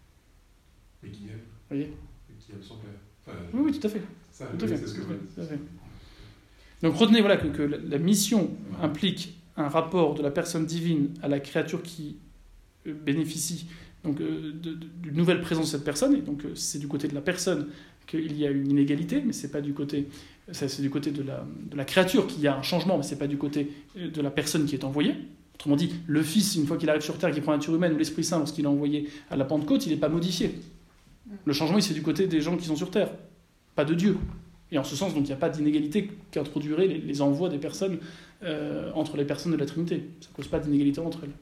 Et qui aime. Vous voyez ? Et qui aime son Père. Oui, tout à fait. Ça, tout à fait. C'est ce que tout à fait. Donc retenez que la mission implique un rapport de la personne divine à la créature qui bénéficie donc, d'une nouvelle présence de cette personne, et donc c'est du côté de la personne qu'il y a une inégalité, mais c'est pas du côté, c'est du côté de la créature qu'il y a un changement, mais c'est pas du côté de la personne qui est envoyée. Autrement dit, le Fils, une fois qu'il arrive sur terre, qu'il prend la nature humaine, ou l'Esprit Saint, lorsqu'il est envoyé à la Pentecôte, il n'est pas modifié. Le changement, c'est du côté des gens qui sont sur terre, pas de Dieu. Et en ce sens, donc, il n'y a pas d'inégalité qu'introduiraient les envois des personnes entre les personnes de la Trinité. Ça ne cause pas d'inégalité entre elles.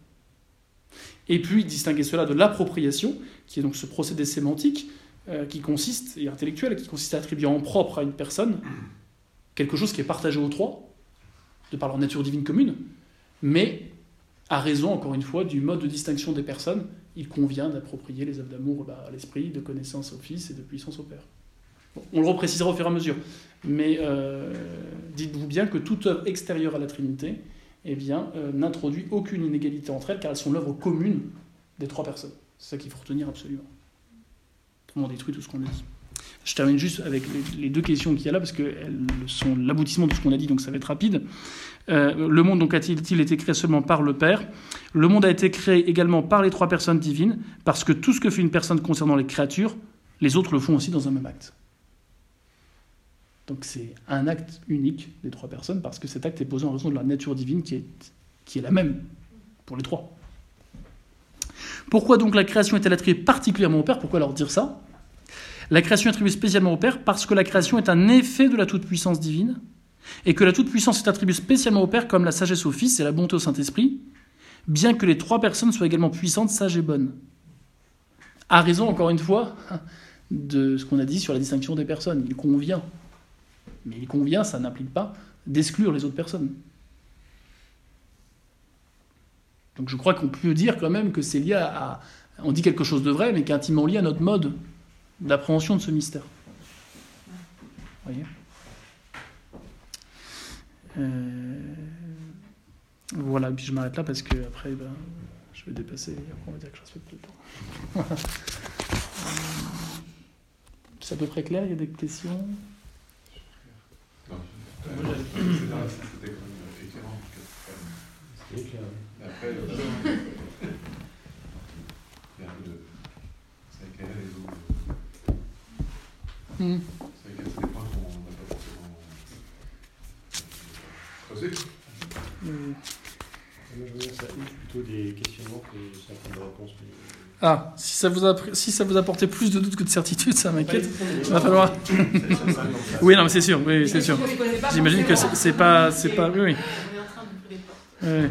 Et puis, distinguer cela de l'appropriation, qui est donc ce procédé sémantique qui consiste, et intellectuel, qui consiste à attribuer en propre à une personne quelque chose qui est partagé aux trois, de par leur nature divine commune, mais à raison, encore une fois, du mode de distinction des personnes, il convient d'approprier les œuvres d'amour à l'Esprit, de connaissance au Fils et de puissance au Père. Bon, on le reprécisera au fur et à mesure, mais dites-vous bien que toute œuvre extérieure à la Trinité n'introduit aucune inégalité entre elles, car elles sont l'œuvre commune des trois personnes. C'est ça qu'il faut retenir absolument. On détruit tout ce qu'on a dit. Je termine juste avec les deux questions qu'il y a là, parce qu'elles sont l'aboutissement de ce qu'on a dit, donc ça va être rapide. Le monde donc a-t-il été créé seulement par le Père ? Le monde a été créé également par les trois personnes divines, parce que tout ce que fait une personne concernant les créatures, les autres le font aussi dans un même acte. Donc c'est un acte unique des trois personnes, parce que cet acte est posé en raison de la nature divine qui est la même pour les trois. Pourquoi donc la création est-elle attribuée particulièrement au Père ? Pourquoi leur dire ça ? La création est attribuée spécialement au Père parce que la création est un effet de la toute-puissance divine, et que la toute-puissance est attribuée spécialement au Père comme la sagesse au Fils et la bonté au Saint-Esprit, bien que les trois personnes soient également puissantes, sages et bonnes. À raison, encore une fois, de ce qu'on a dit sur la distinction des personnes. Il convient. Mais il convient, ça n'implique pas d'exclure les autres personnes. Donc je crois qu'on peut dire quand même que c'est lié à... On dit quelque chose de vrai, mais qui est intimement lié à notre mode d'appréhension de ce mystère. Vous voyez ? Voilà, puis je m'arrête là parce que après, je vais dépasser, et après on va dire que je respecte le temps. C'est à peu près clair, il y a des questions ? Non, c'était quand même éclairant. C'était éclairant. Après, ça éclaire les autres. C'est vrai qu'il y a des points qu'on n'a pas forcément creusés. Moi, je veux dire, ça ouvre plutôt des questionnements que ça prend de réponses. Ah, si ça vous apportait plus de doutes que de certitudes, ça m'inquiète. Il va falloir... Oui, non, mais c'est sûr, oui, c'est sûr. J'imagine que c'est pas... Oui. On est en train d'ouvrir des portes. Oui.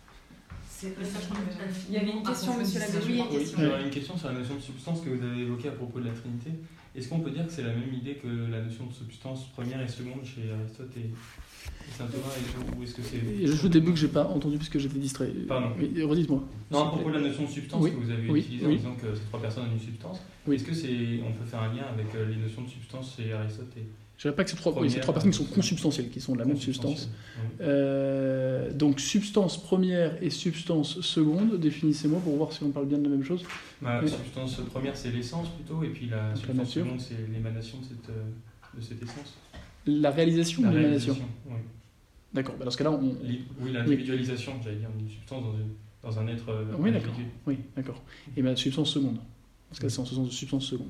Il y avait une question, monsieur l'abbé. Oui, une question. Une question sur la notion de substance que vous avez évoquée à propos de la Trinité. Est-ce qu'on peut dire que c'est la même idée que la notion de substance première et seconde chez Aristote et Saint Thomas, ou est-ce que c'est... Et juste au début que j'ai pas entendu puisque j'étais distrait. Pardon. Oui, redites-moi. Non, à propos de la notion de substance Oui. que vous avez Oui. utilisée Oui. en disant que ces trois personnes ont une substance, Oui. est-ce que on peut faire un lien avec les notions de substance chez Aristote et Je dirais pas que c'est trois personnes qui sont consubstantielles, qui sont de la même substance. Oui. Donc substance première et substance seconde, définissez-moi pour voir si on parle bien de la même chose. La substance première, c'est l'essence plutôt, et puis la substance nature. seconde, c'est l'émanation de cette essence. La réalisation ou l'émanation? Oui. D'accord, dans ce cas-là, on... Oui, l'individualisation, j'allais dire, d'une substance dans un être Oui, d'accord. individu. Oui, d'accord. Et bien, substance seconde. Dans ce cas, c'est en ce sens de substance seconde.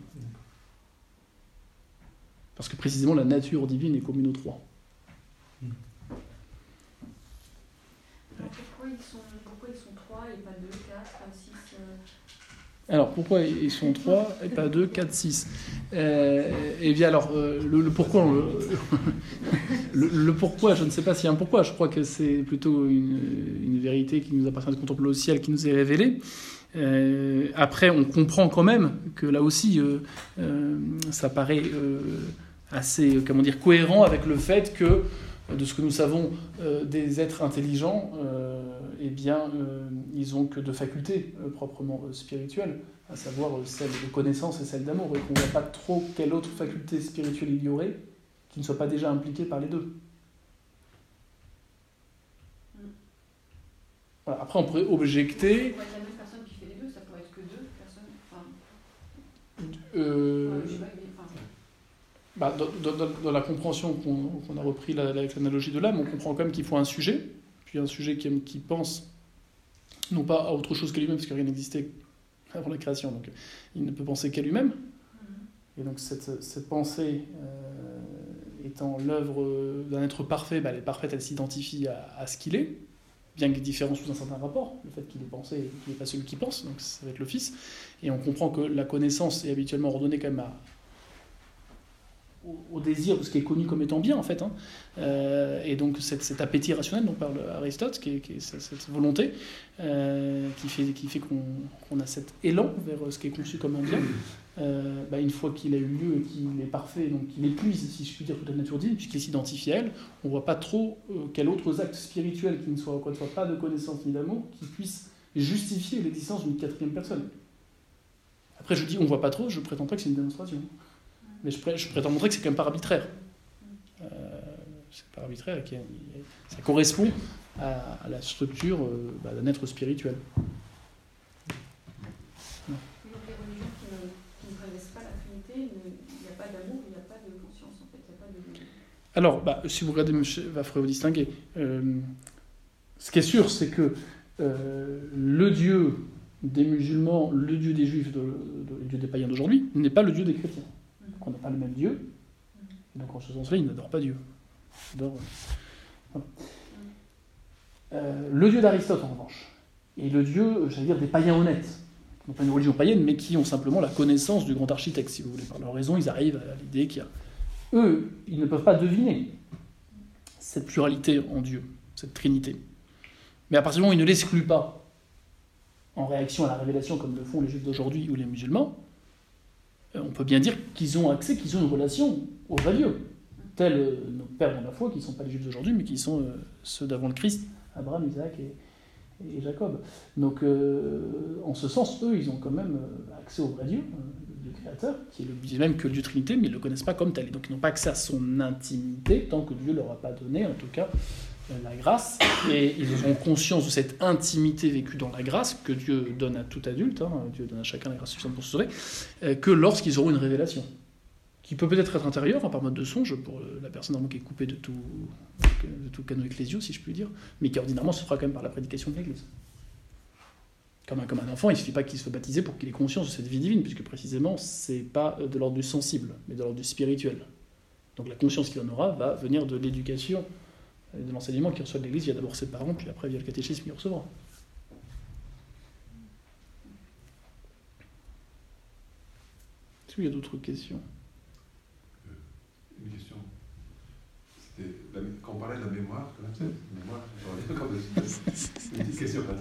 Parce que précisément, la nature divine est commune aux trois. Pourquoi ils sont 3 et pas 2, 4, 6 Alors, pourquoi ils sont 3 et pas 2, 4, 6 Eh bien, alors, le pourquoi, le pourquoi, je ne sais pas s'il y a un pourquoi. Je crois que c'est plutôt une vérité qui nous appartient de contempler au ciel, qui nous est révélée. Après, on comprend quand même que là aussi, ça paraît assez, cohérent avec le fait que, de ce que nous savons des êtres intelligents, ils ont que deux facultés proprement spirituelles, à savoir celle de connaissance et celle d'amour, et qu'on ne voit pas trop quelle autre faculté spirituelle il y aurait qui ne soit pas déjà impliquée par les deux. Voilà. Après, on pourrait objecter... Il y a une personne qui fait les deux, ça pourrait être que 2 personnes. Dans la compréhension qu'on a repris avec l'analogie de l'âme, on comprend quand même qu'il faut un sujet, puis un sujet qui pense non pas à autre chose que lui-même, parce que rien n'existait avant la création, donc il ne peut penser qu'à lui-même. Et donc cette pensée étant l'œuvre d'un être parfait, elle est parfaite, elle s'identifie à ce qu'il est, bien qu'il est différent sous un certain rapport, le fait qu'il est pensé et qu'il n'est pas celui qui pense, donc ça va être le Fils. Et on comprend que la connaissance est habituellement ordonnée quand même au désir de ce qui est connu comme étant bien, en fait. Et donc cet appétit rationnel dont parle Aristote, qui est cette volonté, qui fait qu'on a cet élan vers ce qui est conçu comme un bien, une fois qu'il a eu lieu et qu'il est parfait, donc qu'il épuise, si je puis dire, toute la nature divine, puisqu'il s'identifie à elle, on ne voit pas trop quels autres actes spirituels qui ne soient pas de connaissance ni d'amour, qui puissent justifier l'existence d'une quatrième personne. Après, je dis on ne voit pas trop, je ne prétends pas que c'est une démonstration. Mais je prétends montrer que c'est quand même pas arbitraire. C'est pas arbitraire et ça correspond à la structure d'un être spirituel. Donc les religions qui ne connaissent pas la Trinité, il n'y a pas d'amour, il n'y a pas de conscience en fait. Il y a pas de... Alors, si vous regardez, il faudrait vous distinguer. Ce qui est sûr, c'est que le Dieu des musulmans, le Dieu des juifs, le Dieu des païens d'aujourd'hui, n'est pas le Dieu des chrétiens. On n'a pas le même Dieu, et donc en ce sens-là, ils n'adorent pas Dieu. Le Dieu d'Aristote, en revanche, est le Dieu, j'allais dire, des païens honnêtes, qui n'ont pas une religion païenne, mais qui ont simplement la connaissance du grand architecte, si vous voulez. Par leur raison, ils arrivent à l'idée qu'il y a... Eux, ils ne peuvent pas deviner cette pluralité en Dieu, cette trinité. Mais à partir du moment où ils ne l'excluent pas, en réaction à la révélation, comme le font les juifs d'aujourd'hui ou les musulmans, on peut bien dire qu'ils ont accès, qu'ils ont une relation au vrai Dieu, tels nos pères dans la foi, qui ne sont pas les juifs d'aujourd'hui, mais qui sont ceux d'avant le Christ, Abraham, Isaac et Jacob. Donc, en ce sens, eux, ils ont quand même accès au vrai Dieu, le Dieu créateur, qui est le même que le Dieu Trinité, mais ils ne le connaissent pas comme tel. Et donc, ils n'ont pas accès à son intimité, tant que Dieu ne leur a pas donné, en tout cas, la grâce, et ils auront conscience de cette intimité vécue dans la grâce que Dieu donne à tout adulte, Dieu donne à chacun la grâce suffisante pour se sauver, que lorsqu'ils auront une révélation, qui peut peut-être être intérieure, par mode de songe, pour la personne qui est coupée de tout canon ecclésiaux, si je puis dire, mais qui ordinairement se fera quand même par la prédication de l'Église. Comme un enfant, il ne suffit pas qu'il se soit baptisé pour qu'il ait conscience de cette vie divine, puisque précisément, c'est pas de l'ordre du sensible, mais de l'ordre du spirituel. Donc la conscience qu'il en aura va venir de l'éducation, de l'enseignement qu'il reçoit de l'Église via d'abord ses parents, puis après via le catéchisme qu'il recevra. Est-ce qu'il y a d'autres questions ? Une question. Quand on parlait de la mémoire, quand même, c'est une petite question.